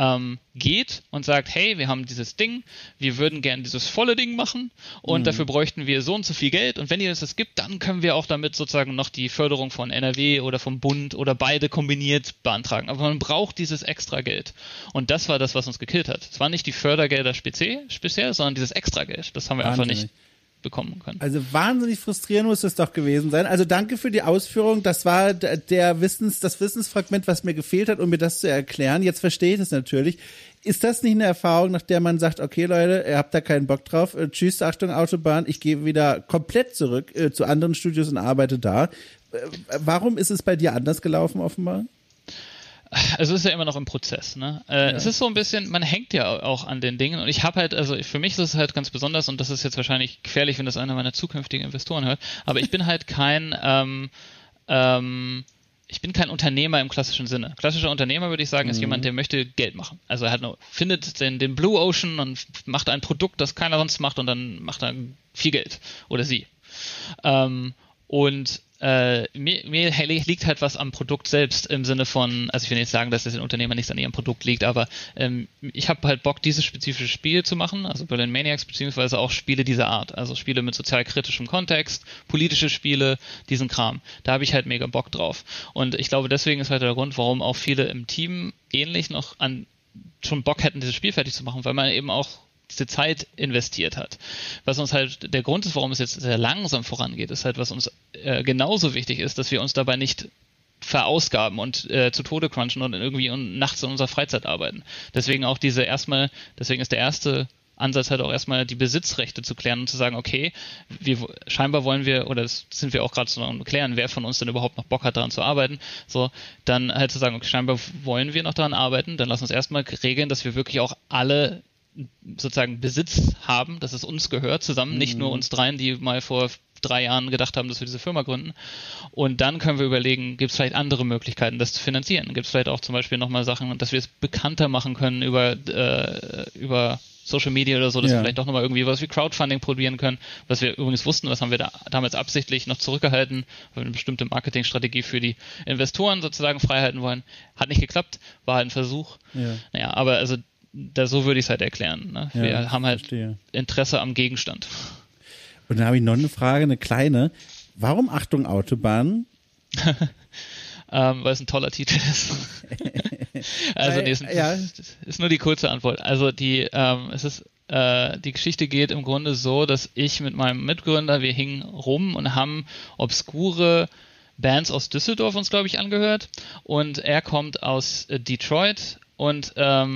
geht und sagt, hey, wir haben dieses Ding, wir würden gerne dieses volle Ding machen und dafür bräuchten wir so und so viel Geld und wenn ihr uns das gibt, dann können wir auch damit sozusagen noch die Förderung von NRW oder vom Bund oder beide kombiniert beantragen. Aber man braucht dieses extra Geld. Und das war das, was uns gekillt hat. Es waren nicht die Fördergelder speziell, sondern dieses extra Geld. Das haben wir einfach nicht bekommen können. Also wahnsinnig frustrierend muss das doch gewesen sein. Also danke für die Ausführung. Das war das Wissensfragment, was mir gefehlt hat, um mir das zu erklären. Jetzt verstehe ich das natürlich. Ist das nicht eine Erfahrung, nach der man sagt, okay Leute, ihr habt da keinen Bock drauf, tschüss, Achtung, Autobahn, ich gehe wieder komplett zurück zu anderen Studios und arbeite da. Warum ist es bei dir anders gelaufen offenbar? Also es ist ja immer noch im Prozess, ne? Es ist so ein bisschen, man hängt ja auch an den Dingen und ich habe halt, also für mich ist es halt ganz besonders und das ist jetzt wahrscheinlich gefährlich, wenn das einer meiner zukünftigen Investoren hört, aber ich bin halt kein ich bin kein Unternehmer im klassischen Sinne. Klassischer Unternehmer, würde ich sagen, ist jemand, der möchte Geld machen. Also er findet den Blue Ocean und macht ein Produkt, das keiner sonst macht und dann macht er viel Geld. Oder sie. Mir liegt halt was am Produkt selbst im Sinne von, also ich will nicht sagen, dass es den Unternehmern nichts an ihrem Produkt liegt, aber ich habe halt Bock, dieses spezifische Spiel zu machen, also Berlin Maniacs, beziehungsweise auch Spiele dieser Art, also Spiele mit sozialkritischem Kontext, politische Spiele, diesen Kram. Da habe ich halt mega Bock drauf. Und ich glaube, deswegen ist halt der Grund, warum auch viele im Team ähnlich noch schon Bock hätten, dieses Spiel fertig zu machen, weil man eben auch diese Zeit investiert hat. Was uns halt, der Grund ist, warum es jetzt sehr langsam vorangeht, ist halt, was uns genauso wichtig ist, dass wir uns dabei nicht verausgaben und zu Tode crunchen und irgendwie nachts in unserer Freizeit arbeiten. Deswegen auch deswegen ist der erste Ansatz halt auch erstmal die Besitzrechte zu klären und zu sagen, okay, scheinbar wollen wir, oder das sind wir auch gerade zu klären, wer von uns denn überhaupt noch Bock hat, daran zu arbeiten, so, dann halt zu sagen, okay, scheinbar wollen wir noch daran arbeiten, dann lass uns erstmal regeln, dass wir wirklich auch alle sozusagen Besitz haben, dass es uns gehört zusammen, nicht nur uns dreien, die mal vor 3 Jahren gedacht haben, dass wir diese Firma gründen. Und dann können wir überlegen, gibt es vielleicht andere Möglichkeiten, das zu finanzieren? Gibt es vielleicht auch zum Beispiel nochmal Sachen, dass wir es bekannter machen können über Social Media oder so, dass wir vielleicht auch nochmal irgendwie was wie Crowdfunding probieren können, was wir übrigens wussten, was haben wir da damals absichtlich noch zurückgehalten, weil wir eine bestimmte Marketingstrategie für die Investoren sozusagen freihalten wollen. Hat nicht geklappt, war halt ein Versuch. Ja. Naja, aber also so würde ich es halt erklären. Ne? Ja, wir haben halt Interesse am Gegenstand. Und dann habe ich noch eine Frage, eine kleine. Warum Achtung Autobahn? Weil es ein toller Titel ist. Also ist nur die kurze Antwort. Also die Geschichte geht im Grunde so, dass ich mit meinem Mitgründer, wir hingen rum und haben obskure Bands aus Düsseldorf uns, glaube ich, angehört. Und er kommt aus Detroit und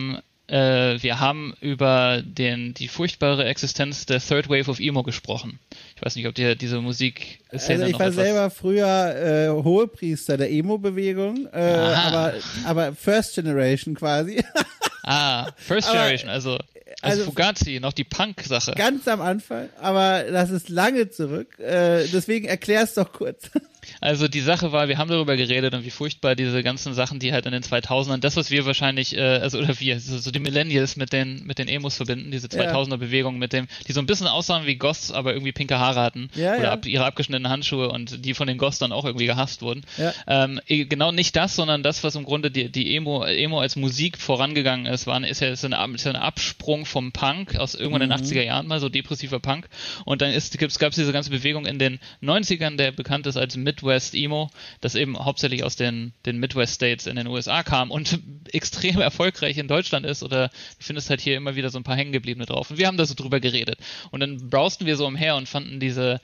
wir haben über die furchtbare Existenz der Third Wave of Emo gesprochen. Ich weiß nicht, ob dir diese Musik Also ich war selber früher Hohepriester der Emo-Bewegung, aber First Generation quasi. First Generation, also Fugazi, noch die Punk-Sache. Ganz am Anfang, aber das ist lange zurück. Deswegen erklär's doch kurz. Also die Sache war, wir haben darüber geredet und wie furchtbar diese ganzen Sachen, die halt in den 2000ern, das was wir wahrscheinlich, so die Millennials mit den Emos verbinden, diese 2000er-Bewegung die so ein bisschen aussahen wie Goths, aber irgendwie pinke Haare hatten oder ihre abgeschnittenen Handschuhe und die von den Goths dann auch irgendwie gehasst wurden. Ja. Genau nicht das, sondern das, was im Grunde die Emo als Musik vorangegangen ist, ist ein Absprung vom Punk aus irgendwann in den 80er Jahren mal, so depressiver Punk, und dann gab es diese ganze Bewegung in den 90ern, der bekannt ist als Midwest Emo, das eben hauptsächlich aus den Midwest States in den USA kam und extrem erfolgreich in Deutschland ist, oder du findest halt hier immer wieder so ein paar hängengebliebene drauf. Und wir haben da so drüber geredet. Und dann browsten wir so umher und fanden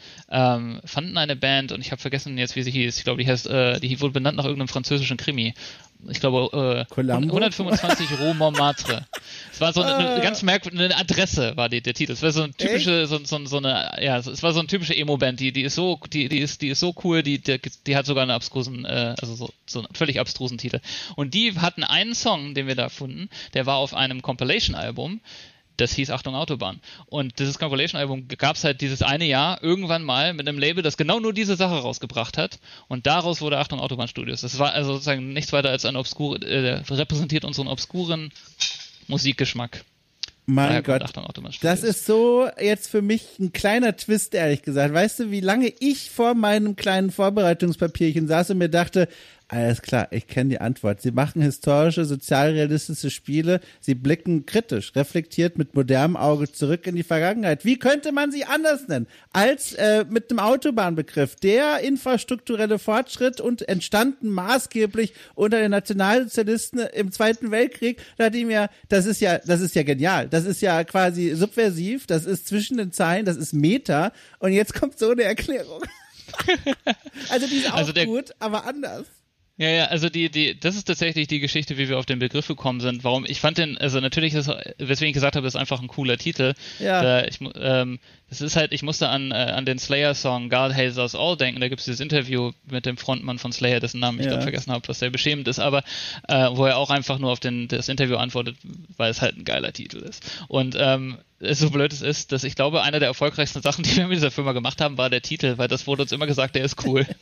eine Band, und ich habe vergessen jetzt, wie sie hieß. Ich glaube, die wurde benannt nach irgendeinem französischen Krimi. Ich glaube, 125 Rue Montmartre. Es war so eine ganz merkwürdige Adresse, war der Titel. Es war so ein typische, es war so eine typische Emo-Band, die ist so cool, die hat sogar einen abstrusen, so einen völlig abstrusen Titel. Und die hatten einen Song, den wir da gefunden, der war auf einem Compilation-Album, das hieß Achtung Autobahn. Und dieses Compilation-Album gab es halt dieses eine Jahr irgendwann mal mit einem Label, das genau nur diese Sache rausgebracht hat. Und daraus wurde Achtung Autobahn Studios. Das war also sozusagen nichts weiter als repräsentiert unseren obskuren Musikgeschmack. Mein Gott, das ist so jetzt für mich ein kleiner Twist, ehrlich gesagt. Weißt du, wie lange ich vor meinem kleinen Vorbereitungspapierchen saß und mir dachte, alles klar, ich kenne die Antwort. Sie machen historische, sozialrealistische Spiele. Sie blicken kritisch, reflektiert mit modernem Auge zurück in die Vergangenheit. Wie könnte man sie anders nennen als mit einem Autobahnbegriff? Der infrastrukturelle Fortschritt und entstanden maßgeblich unter den Nationalsozialisten im Zweiten Weltkrieg. Da dachte ich mir, das ist ja genial. Das ist ja quasi subversiv. Das ist zwischen den Zeilen. Das ist Meta. Und jetzt kommt so eine Erklärung. Also die ist auch gut, aber anders. Ja, also das ist tatsächlich die Geschichte, wie wir auf den Begriff gekommen sind. Warum? Ich fand natürlich weswegen ich gesagt habe, das ist einfach ein cooler Titel. Ja. Das ist halt, ich musste an den Slayer-Song God Hates Us All denken. Da gibt es dieses Interview mit dem Frontmann von Slayer, dessen Namen ich gerade vergessen habe, was sehr beschämend ist, aber wo er auch einfach nur auf das Interview antwortet, weil es halt ein geiler Titel ist. Und so blöd es ist, dass ich glaube, einer der erfolgreichsten Sachen, die wir mit dieser Firma gemacht haben, war der Titel, weil das wurde uns immer gesagt, der ist cool.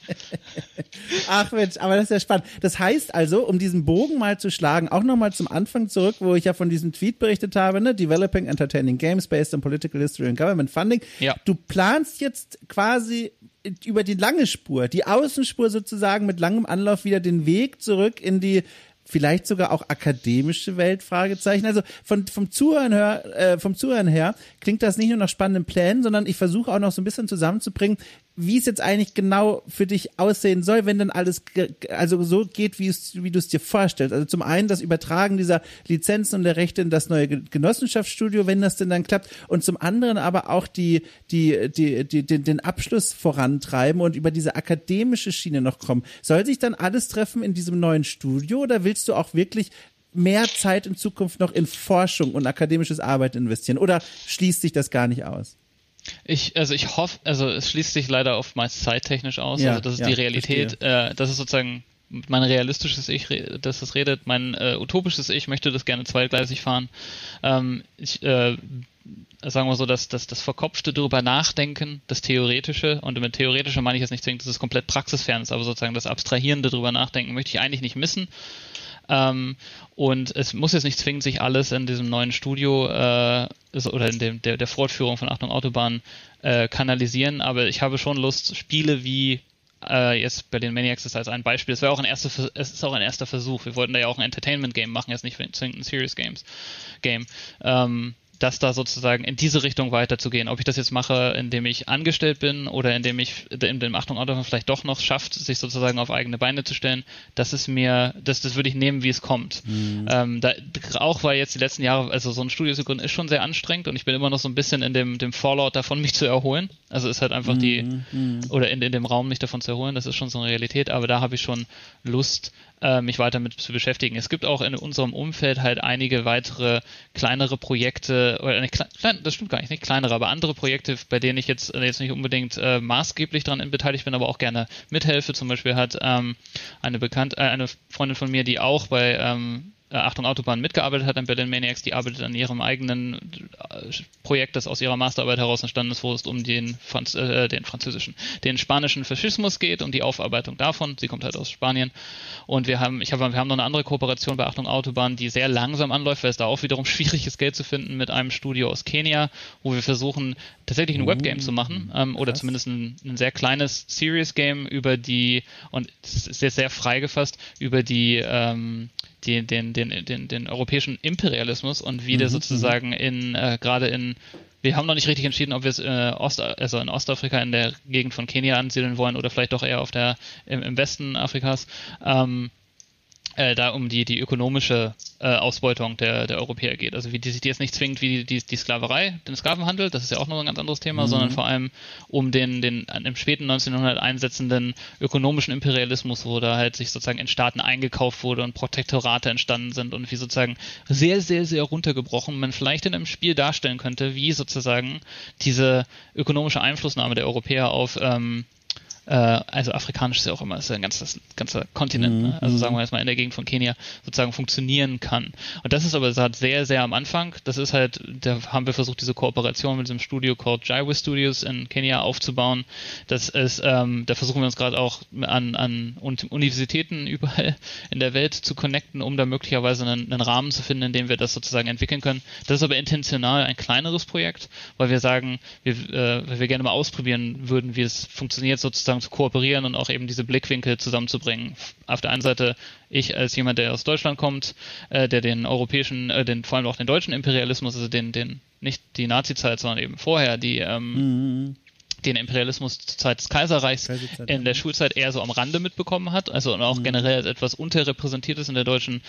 Ach Mensch, aber das ist ja spannend. Das heißt also, um diesen Bogen mal zu schlagen, auch nochmal zum Anfang zurück, wo ich ja von diesem Tweet berichtet habe, ne? Developing Entertaining Games based on Political History and Government Funding. Ja. Du planst jetzt quasi über die lange Spur, die Außenspur sozusagen mit langem Anlauf wieder den Weg zurück in die vielleicht sogar auch akademische Welt, Fragezeichen. Also vom Zuhören her klingt das nicht nur nach spannenden Plänen, sondern ich versuche auch noch so ein bisschen zusammenzubringen, wie es jetzt eigentlich genau für dich aussehen soll, wenn dann alles also so geht, wie du es dir vorstellst. Also zum einen das Übertragen dieser Lizenzen und der Rechte in das neue Genossenschaftsstudio, wenn das denn dann klappt, und zum anderen aber auch den Abschluss vorantreiben und über diese akademische Schiene noch kommen. Soll sich dann alles treffen in diesem neuen Studio oder willst du auch wirklich mehr Zeit in Zukunft noch in Forschung und akademisches Arbeiten investieren oder schließt sich das gar nicht aus? Ich hoffe, es schließt sich leider oftmals zeittechnisch aus, ja, also das ist die Realität, das ist sozusagen mein realistisches Ich, das das redet, mein utopisches Ich möchte das gerne zweigleisig fahren. Sagen wir so, dass das verkopfte drüber nachdenken, das Theoretische, und mit Theoretische meine ich jetzt nicht zwingend, dass es komplett praxisfern ist, aber sozusagen das Abstrahierende drüber nachdenken möchte ich eigentlich nicht missen. Und es muss jetzt nicht zwingend sich alles in diesem neuen Studio oder in der Fortführung von Achtung Autobahn kanalisieren, aber ich habe schon Lust, Spiele wie jetzt Berlin Maniacs ist als ein Beispiel, es ist auch ein erster Versuch, wir wollten da ja auch ein Entertainment-Game machen, jetzt nicht zwingend ein Serious-Game, das da sozusagen in diese Richtung weiterzugehen. Ob ich das jetzt mache, indem ich angestellt bin oder indem ich in dem Achtung Autobahn vielleicht doch noch schafft, sich sozusagen auf eigene Beine zu stellen, das würde ich nehmen, wie es kommt. Auch weil jetzt die letzten Jahre, also so ein Studio zu gründen, ist schon sehr anstrengend und ich bin immer noch so ein bisschen in dem Fallout davon, mich zu erholen. Also ist halt einfach oder in dem Raum mich davon zu erholen, das ist schon so eine Realität, aber da habe ich schon Lust, mich weiter mit zu beschäftigen. Es gibt auch in unserem Umfeld halt einige weitere kleinere Projekte, oder das stimmt gar nicht kleinere, aber andere Projekte, bei denen ich jetzt nicht unbedingt maßgeblich daran beteiligt bin, aber auch gerne mithelfe. Zum Beispiel hat eine Freundin von mir, die auch bei Achtung Autobahn mitgearbeitet hat an Berlin Maniacs, die arbeitet an ihrem eigenen Projekt, das aus ihrer Masterarbeit heraus entstanden ist, wo es um den spanischen Faschismus geht und die Aufarbeitung davon. Sie kommt halt aus Spanien. Und wir haben noch eine andere Kooperation bei Achtung Autobahn, die sehr langsam anläuft, weil es da auch wiederum schwierig ist, Geld zu finden, mit einem Studio aus Kenia, wo wir versuchen, tatsächlich ein Webgame zu machen, oder zumindest ein sehr kleines Serious Game und es ist jetzt sehr frei gefasst, über den europäischen Imperialismus und wie der sozusagen wir haben noch nicht richtig entschieden, ob wir es in Ostafrika in der Gegend von Kenia ansiedeln wollen oder vielleicht doch eher im Westen Afrikas. Da um die ökonomische Ausbeutung der Europäer geht. Also wie die jetzt nicht zwingend wie die Sklaverei, den Sklavenhandel, das ist ja auch noch ein ganz anderes Thema, sondern vor allem um den im späten 1900 einsetzenden ökonomischen Imperialismus, wo da halt sich sozusagen in Staaten eingekauft wurde und Protektorate entstanden sind und wie sozusagen sehr, sehr, sehr runtergebrochen man vielleicht in einem Spiel darstellen könnte, wie sozusagen diese ökonomische Einflussnahme der Europäer auf also afrikanisch ist ja auch immer, ist ja ein ganzer Kontinent, ne? Also sagen wir jetzt mal in der Gegend von Kenia sozusagen funktionieren kann. Und das ist aber sehr, sehr am Anfang. Das ist halt, da haben wir versucht, diese Kooperation mit diesem Studio called Jaiwe Studios in Kenia aufzubauen. Das ist, da versuchen wir uns gerade auch an Universitäten überall in der Welt zu connecten, um da möglicherweise einen Rahmen zu finden, in dem wir das sozusagen entwickeln können. Das ist aber intentional ein kleineres Projekt, weil wir sagen, weil wir gerne mal ausprobieren würden, wie es funktioniert, sozusagen zu kooperieren und auch eben diese Blickwinkel zusammenzubringen. Auf der einen Seite ich als jemand, der aus Deutschland kommt, der den europäischen, vor allem auch den deutschen Imperialismus, also nicht die Nazi-Zeit, sondern eben vorher den Imperialismus zur Zeit des Kaiserreichs in der Schulzeit eher so am Rande mitbekommen hat, also und auch generell als etwas unterrepräsentiert ist in der deutschen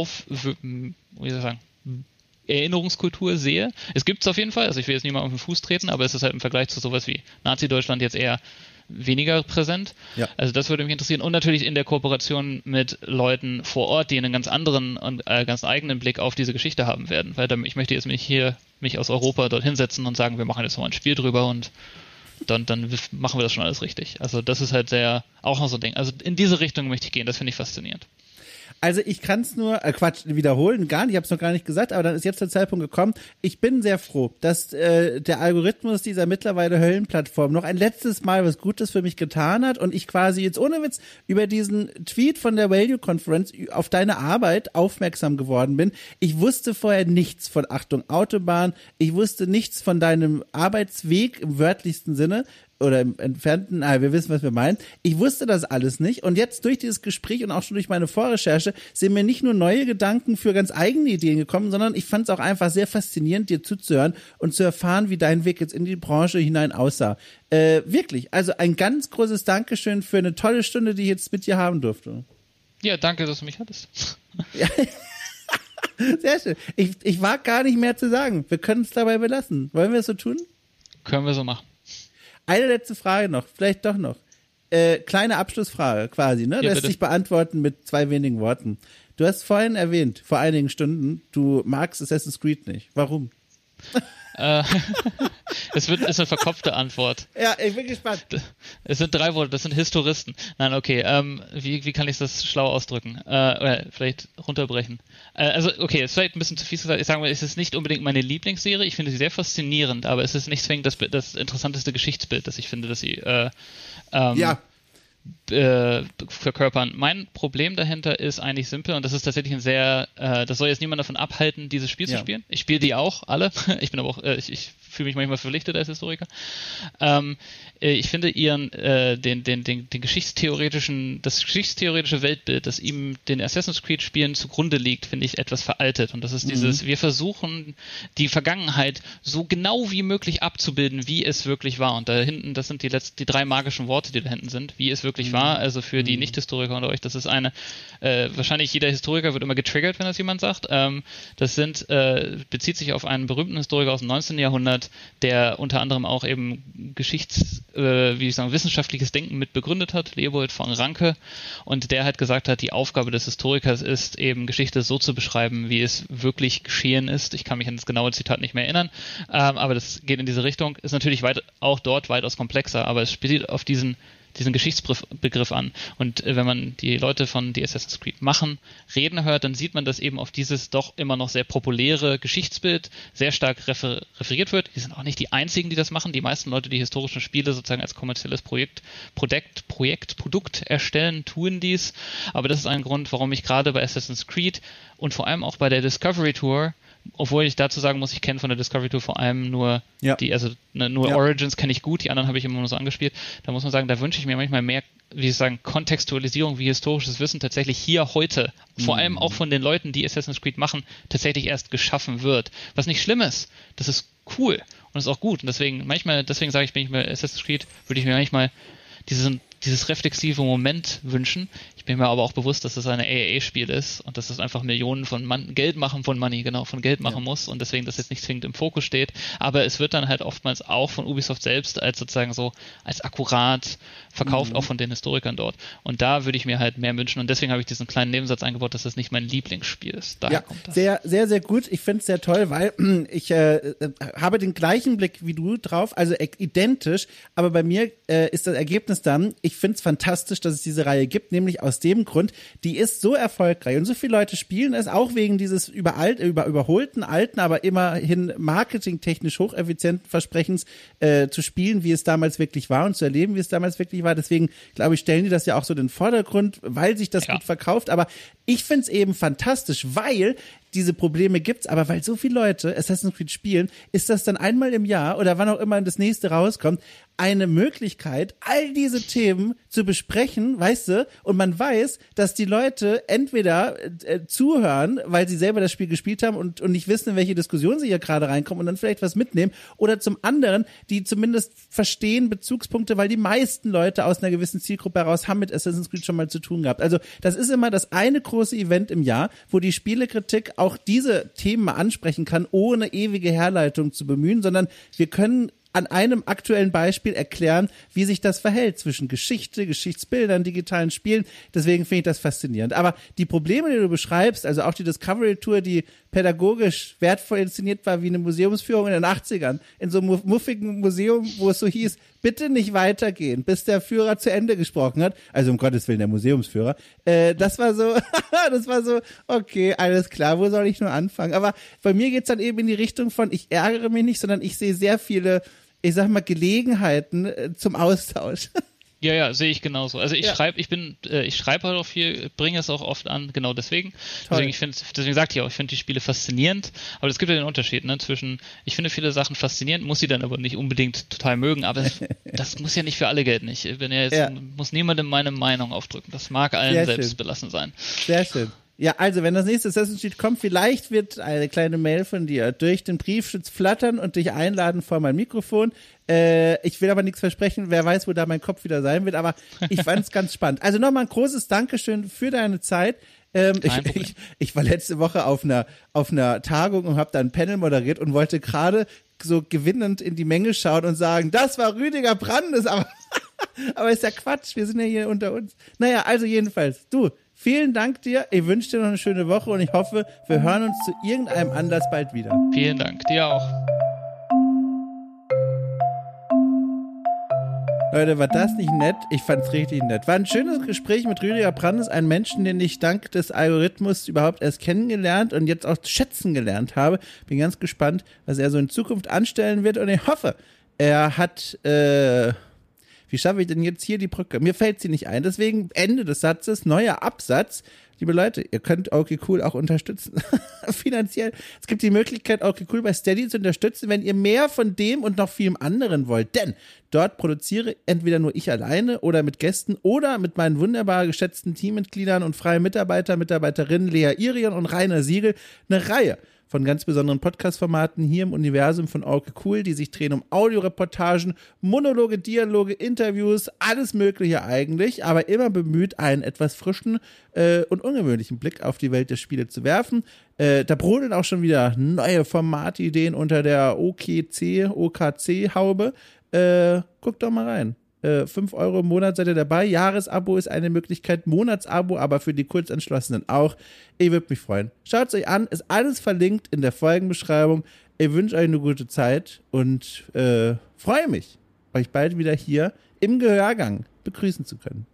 Erinnerungskultur sehe. Es gibt es auf jeden Fall, also ich will jetzt niemandem auf den Fuß treten, aber es ist halt im Vergleich zu sowas wie Nazi-Deutschland jetzt eher weniger präsent. Ja. Also das würde mich interessieren. Und natürlich in der Kooperation mit Leuten vor Ort, die einen ganz anderen und ganz eigenen Blick auf diese Geschichte haben werden. Weil ich möchte jetzt mich aus Europa dort hinsetzen und sagen, wir machen jetzt mal ein Spiel drüber und dann machen wir das schon alles richtig. Also das ist halt auch noch so ein Ding. Also in diese Richtung möchte ich gehen, das finde ich faszinierend. Also ich kann es nur, wiederholen, gar nicht, ich habe es noch gar nicht gesagt, aber dann ist jetzt der Zeitpunkt gekommen. Ich bin sehr froh, dass der Algorithmus dieser mittlerweile Höllenplattform noch ein letztes Mal was Gutes für mich getan hat und ich quasi jetzt ohne Witz über diesen Tweet von der Value Conference auf deine Arbeit aufmerksam geworden bin. Ich wusste vorher nichts von Achtung Autobahn, ich wusste nichts von deinem Arbeitsweg im wörtlichsten Sinne. Oder im Entfernten, wir wissen, was wir meinen. Ich wusste das alles nicht und jetzt durch dieses Gespräch und auch schon durch meine Vorrecherche sind mir nicht nur neue Gedanken für ganz eigene Ideen gekommen, sondern ich fand es auch einfach sehr faszinierend, dir zuzuhören und zu erfahren, wie dein Weg jetzt in die Branche hinein aussah. Wirklich, also ein ganz großes Dankeschön für eine tolle Stunde, die ich jetzt mit dir haben durfte. Ja, danke, dass du mich hattest. Ja. Sehr schön. Ich wag gar nicht mehr zu sagen. Wir können es dabei belassen. Wollen wir es so tun? Können wir so machen. Eine letzte Frage noch, vielleicht doch noch. Kleine Abschlussfrage quasi, ne? Ja, Lässt bitte. sich beantworten mit 2 wenigen Worten. Du hast vorhin erwähnt, vor einigen Stunden, du magst Assassin's Creed nicht. Warum? Es ist eine verkopfte Antwort. Ja, ich bin gespannt. Es sind 3 Worte, das sind Historisten. Nein, okay, wie kann ich das schlau ausdrücken? Oder vielleicht runterbrechen. Also, okay, es ist vielleicht ein bisschen zu viel gesagt. Ich sage mal, es ist nicht unbedingt meine Lieblingsserie. Ich finde sie sehr faszinierend, aber es ist nicht zwingend das interessanteste Geschichtsbild, das ich finde, dass sie verkörpern. Mein Problem dahinter ist eigentlich simpel und das ist tatsächlich das soll jetzt niemand davon abhalten, dieses Spiel zu spielen. Ich spiele die auch, alle. Ich bin aber auch, ich fühle mich manchmal verpflichtet als Historiker. Ich finde das geschichtstheoretische Weltbild, das ihm den Assassin's Creed Spielen zugrunde liegt, finde ich etwas veraltet und das ist wir versuchen die Vergangenheit so genau wie möglich abzubilden, wie es wirklich war und da hinten, das sind die 3 magischen Worte, die da hinten sind, wie es wirklich war, also für die Nicht-Historiker unter euch, das ist wahrscheinlich jeder Historiker wird immer getriggert, wenn das jemand sagt, bezieht sich auf einen berühmten Historiker aus dem 19. Jahrhundert, der unter anderem auch eben wissenschaftliches Denken mit begründet hat, Leopold von Ranke, und der halt gesagt hat, die Aufgabe des Historikers ist eben Geschichte so zu beschreiben, wie es wirklich geschehen ist. Ich kann mich an das genaue Zitat nicht mehr erinnern, aber das geht in diese Richtung, ist natürlich auch dort weitaus komplexer, aber es spielt auf diesen Geschichtsbegriff an. Und wenn man die Leute von die Assassin's Creed reden hört, dann sieht man, dass eben auf dieses doch immer noch sehr populäre Geschichtsbild sehr stark referiert wird. Die sind auch nicht die einzigen, die das machen. Die meisten Leute, die historische Spiele sozusagen als kommerzielles Produkt erstellen, tun dies. Aber das ist ein Grund, warum ich gerade bei Assassin's Creed und vor allem auch bei der Discovery Tour, obwohl ich dazu sagen muss, ich kenne von der Discovery Tour vor allem nur Origins kenne ich gut, die anderen habe ich immer nur so angespielt. Da muss man sagen, da wünsche ich mir manchmal mehr, Kontextualisierung wie historisches Wissen tatsächlich hier heute, vor allem auch von den Leuten, die Assassin's Creed machen, tatsächlich erst geschaffen wird. Was nicht schlimm ist, das ist cool und ist auch gut. Und deswegen sage ich, bin ich bei Assassin's Creed, würde ich mir manchmal dieses reflexive Moment wünschen. Ich bin mir aber auch bewusst, dass das ein AAA-Spiel ist und dass das einfach Millionen von Geld machen muss und deswegen das jetzt nicht zwingend im Fokus steht. Aber es wird dann halt oftmals auch von Ubisoft selbst als sozusagen so als akkurat verkauft, auch von den Historikern dort. Und da würde ich mir halt mehr wünschen und deswegen habe ich diesen kleinen Nebensatz eingebaut, dass das nicht mein Lieblingsspiel ist. Daher kommt das. Sehr, sehr, sehr gut. Ich finde es sehr toll, weil ich habe den gleichen Blick wie du drauf, also identisch, aber bei mir ist das Ergebnis dann, ich finde es fantastisch, dass es diese Reihe gibt, nämlich aus dem Grund, die ist so erfolgreich und so viele Leute spielen es, auch wegen dieses überholten, alten, aber immerhin marketingtechnisch hocheffizienten Versprechens zu spielen, wie es damals wirklich war und zu erleben, wie es damals wirklich war. Deswegen, glaube ich, stellen die das ja auch so in den Vordergrund, weil sich das gut verkauft. Aber ich finde es eben fantastisch, weil diese Probleme gibt's, aber weil so viele Leute Assassin's Creed spielen, ist das dann einmal im Jahr oder wann auch immer das nächste rauskommt, eine Möglichkeit, all diese Themen zu besprechen, weißt du, und man weiß, dass die Leute entweder zuhören, weil sie selber das Spiel gespielt haben und nicht wissen, in welche Diskussion sie hier gerade reinkommen und dann vielleicht was mitnehmen, oder zum anderen, die zumindest verstehen Bezugspunkte, weil die meisten Leute aus einer gewissen Zielgruppe heraus haben mit Assassin's Creed schon mal zu tun gehabt. Also das ist immer das eine große Event im Jahr, wo die Spielekritik auch diese Themen mal ansprechen kann, ohne ewige Herleitung zu bemühen, sondern wir können an einem aktuellen Beispiel erklären, wie sich das verhält zwischen Geschichte, Geschichtsbildern, digitalen Spielen. Deswegen finde ich das faszinierend. Aber die Probleme, die du beschreibst, also auch die Discovery Tour, die pädagogisch wertvoll inszeniert war wie eine Museumsführung in den 80ern, in so einem muffigen Museum, wo es so hieß, bitte nicht weitergehen, bis der Führer zu Ende gesprochen hat. Also um Gottes Willen, der Museumsführer. Das war so, okay, alles klar, wo soll ich nur anfangen? Aber bei mir geht's dann eben in die Richtung von, ich ärgere mich nicht, sondern ich sehe sehr viele, ich sag mal, Gelegenheiten zum Austausch. Ja, sehe ich genauso. Also ich schreibe halt auch viel, bringe es auch oft an, genau deswegen. Deswegen sagte ich auch, ich finde die Spiele faszinierend, aber es gibt ja den Unterschied, ne, zwischen, ich finde viele Sachen faszinierend, muss sie dann aber nicht unbedingt total mögen, aber das muss ja nicht für alle gelten. Ich bin ja jetzt, muss niemandem meine Meinung aufdrücken. Das mag allen selbst belassen sein. Sehr schön. Ja, also wenn das nächste Assassin's Creed kommt, vielleicht wird eine kleine Mail von dir durch den Briefschutz flattern und dich einladen vor mein Mikrofon. Ich will aber nichts versprechen, wer weiß, wo da mein Kopf wieder sein wird, aber ich fand es ganz spannend. Also nochmal ein großes Dankeschön für deine Zeit. Ich war letzte Woche auf einer Tagung und habe da ein Panel moderiert und wollte gerade so gewinnend in die Menge schauen und sagen, das war Rüdiger Brandes, aber ist ja Quatsch, wir sind ja hier unter uns. Naja, also jedenfalls, vielen Dank dir, ich wünsche dir noch eine schöne Woche und ich hoffe, wir hören uns zu irgendeinem Anlass bald wieder. Vielen Dank, dir auch. Leute, war das nicht nett? Ich fand's richtig nett. War ein schönes Gespräch mit Rüdiger Brandes, einem Menschen, den ich dank des Algorithmus überhaupt erst kennengelernt und jetzt auch schätzen gelernt habe. Bin ganz gespannt, was er so in Zukunft anstellen wird und ich hoffe, er hat, wie schaffe ich denn jetzt hier die Brücke? Mir fällt sie nicht ein, deswegen Ende des Satzes, neuer Absatz. Liebe Leute, ihr könnt okay Cool auch unterstützen, finanziell. Es gibt die Möglichkeit, okay Cool bei Steady zu unterstützen, wenn ihr mehr von dem und noch vielem anderen wollt. Denn dort produziere entweder nur ich alleine oder mit Gästen oder mit meinen wunderbar geschätzten Teammitgliedern und freien Mitarbeiterinnen Lea Irion und Rainer Siegel eine Reihe von ganz besonderen Podcast-Formaten hier im Universum von okay Cool, die sich drehen um Audioreportagen, Monologe, Dialoge, Interviews, alles Mögliche eigentlich, aber immer bemüht, einen etwas frischen und ungewöhnlichen Blick auf die Welt der Spiele zu werfen. Da brodeln auch schon wieder neue Formatideen unter der OKC-Haube. Guckt doch mal rein. 5 Euro im Monat seid ihr dabei. Jahresabo ist eine Möglichkeit, Monatsabo, aber für die Kurzentschlossenen auch. Ich würde mich freuen. Schaut es euch an, ist alles verlinkt in der Folgenbeschreibung. Ich wünsche euch eine gute Zeit und freue mich, euch bald wieder hier im Gehörgang begrüßen zu können.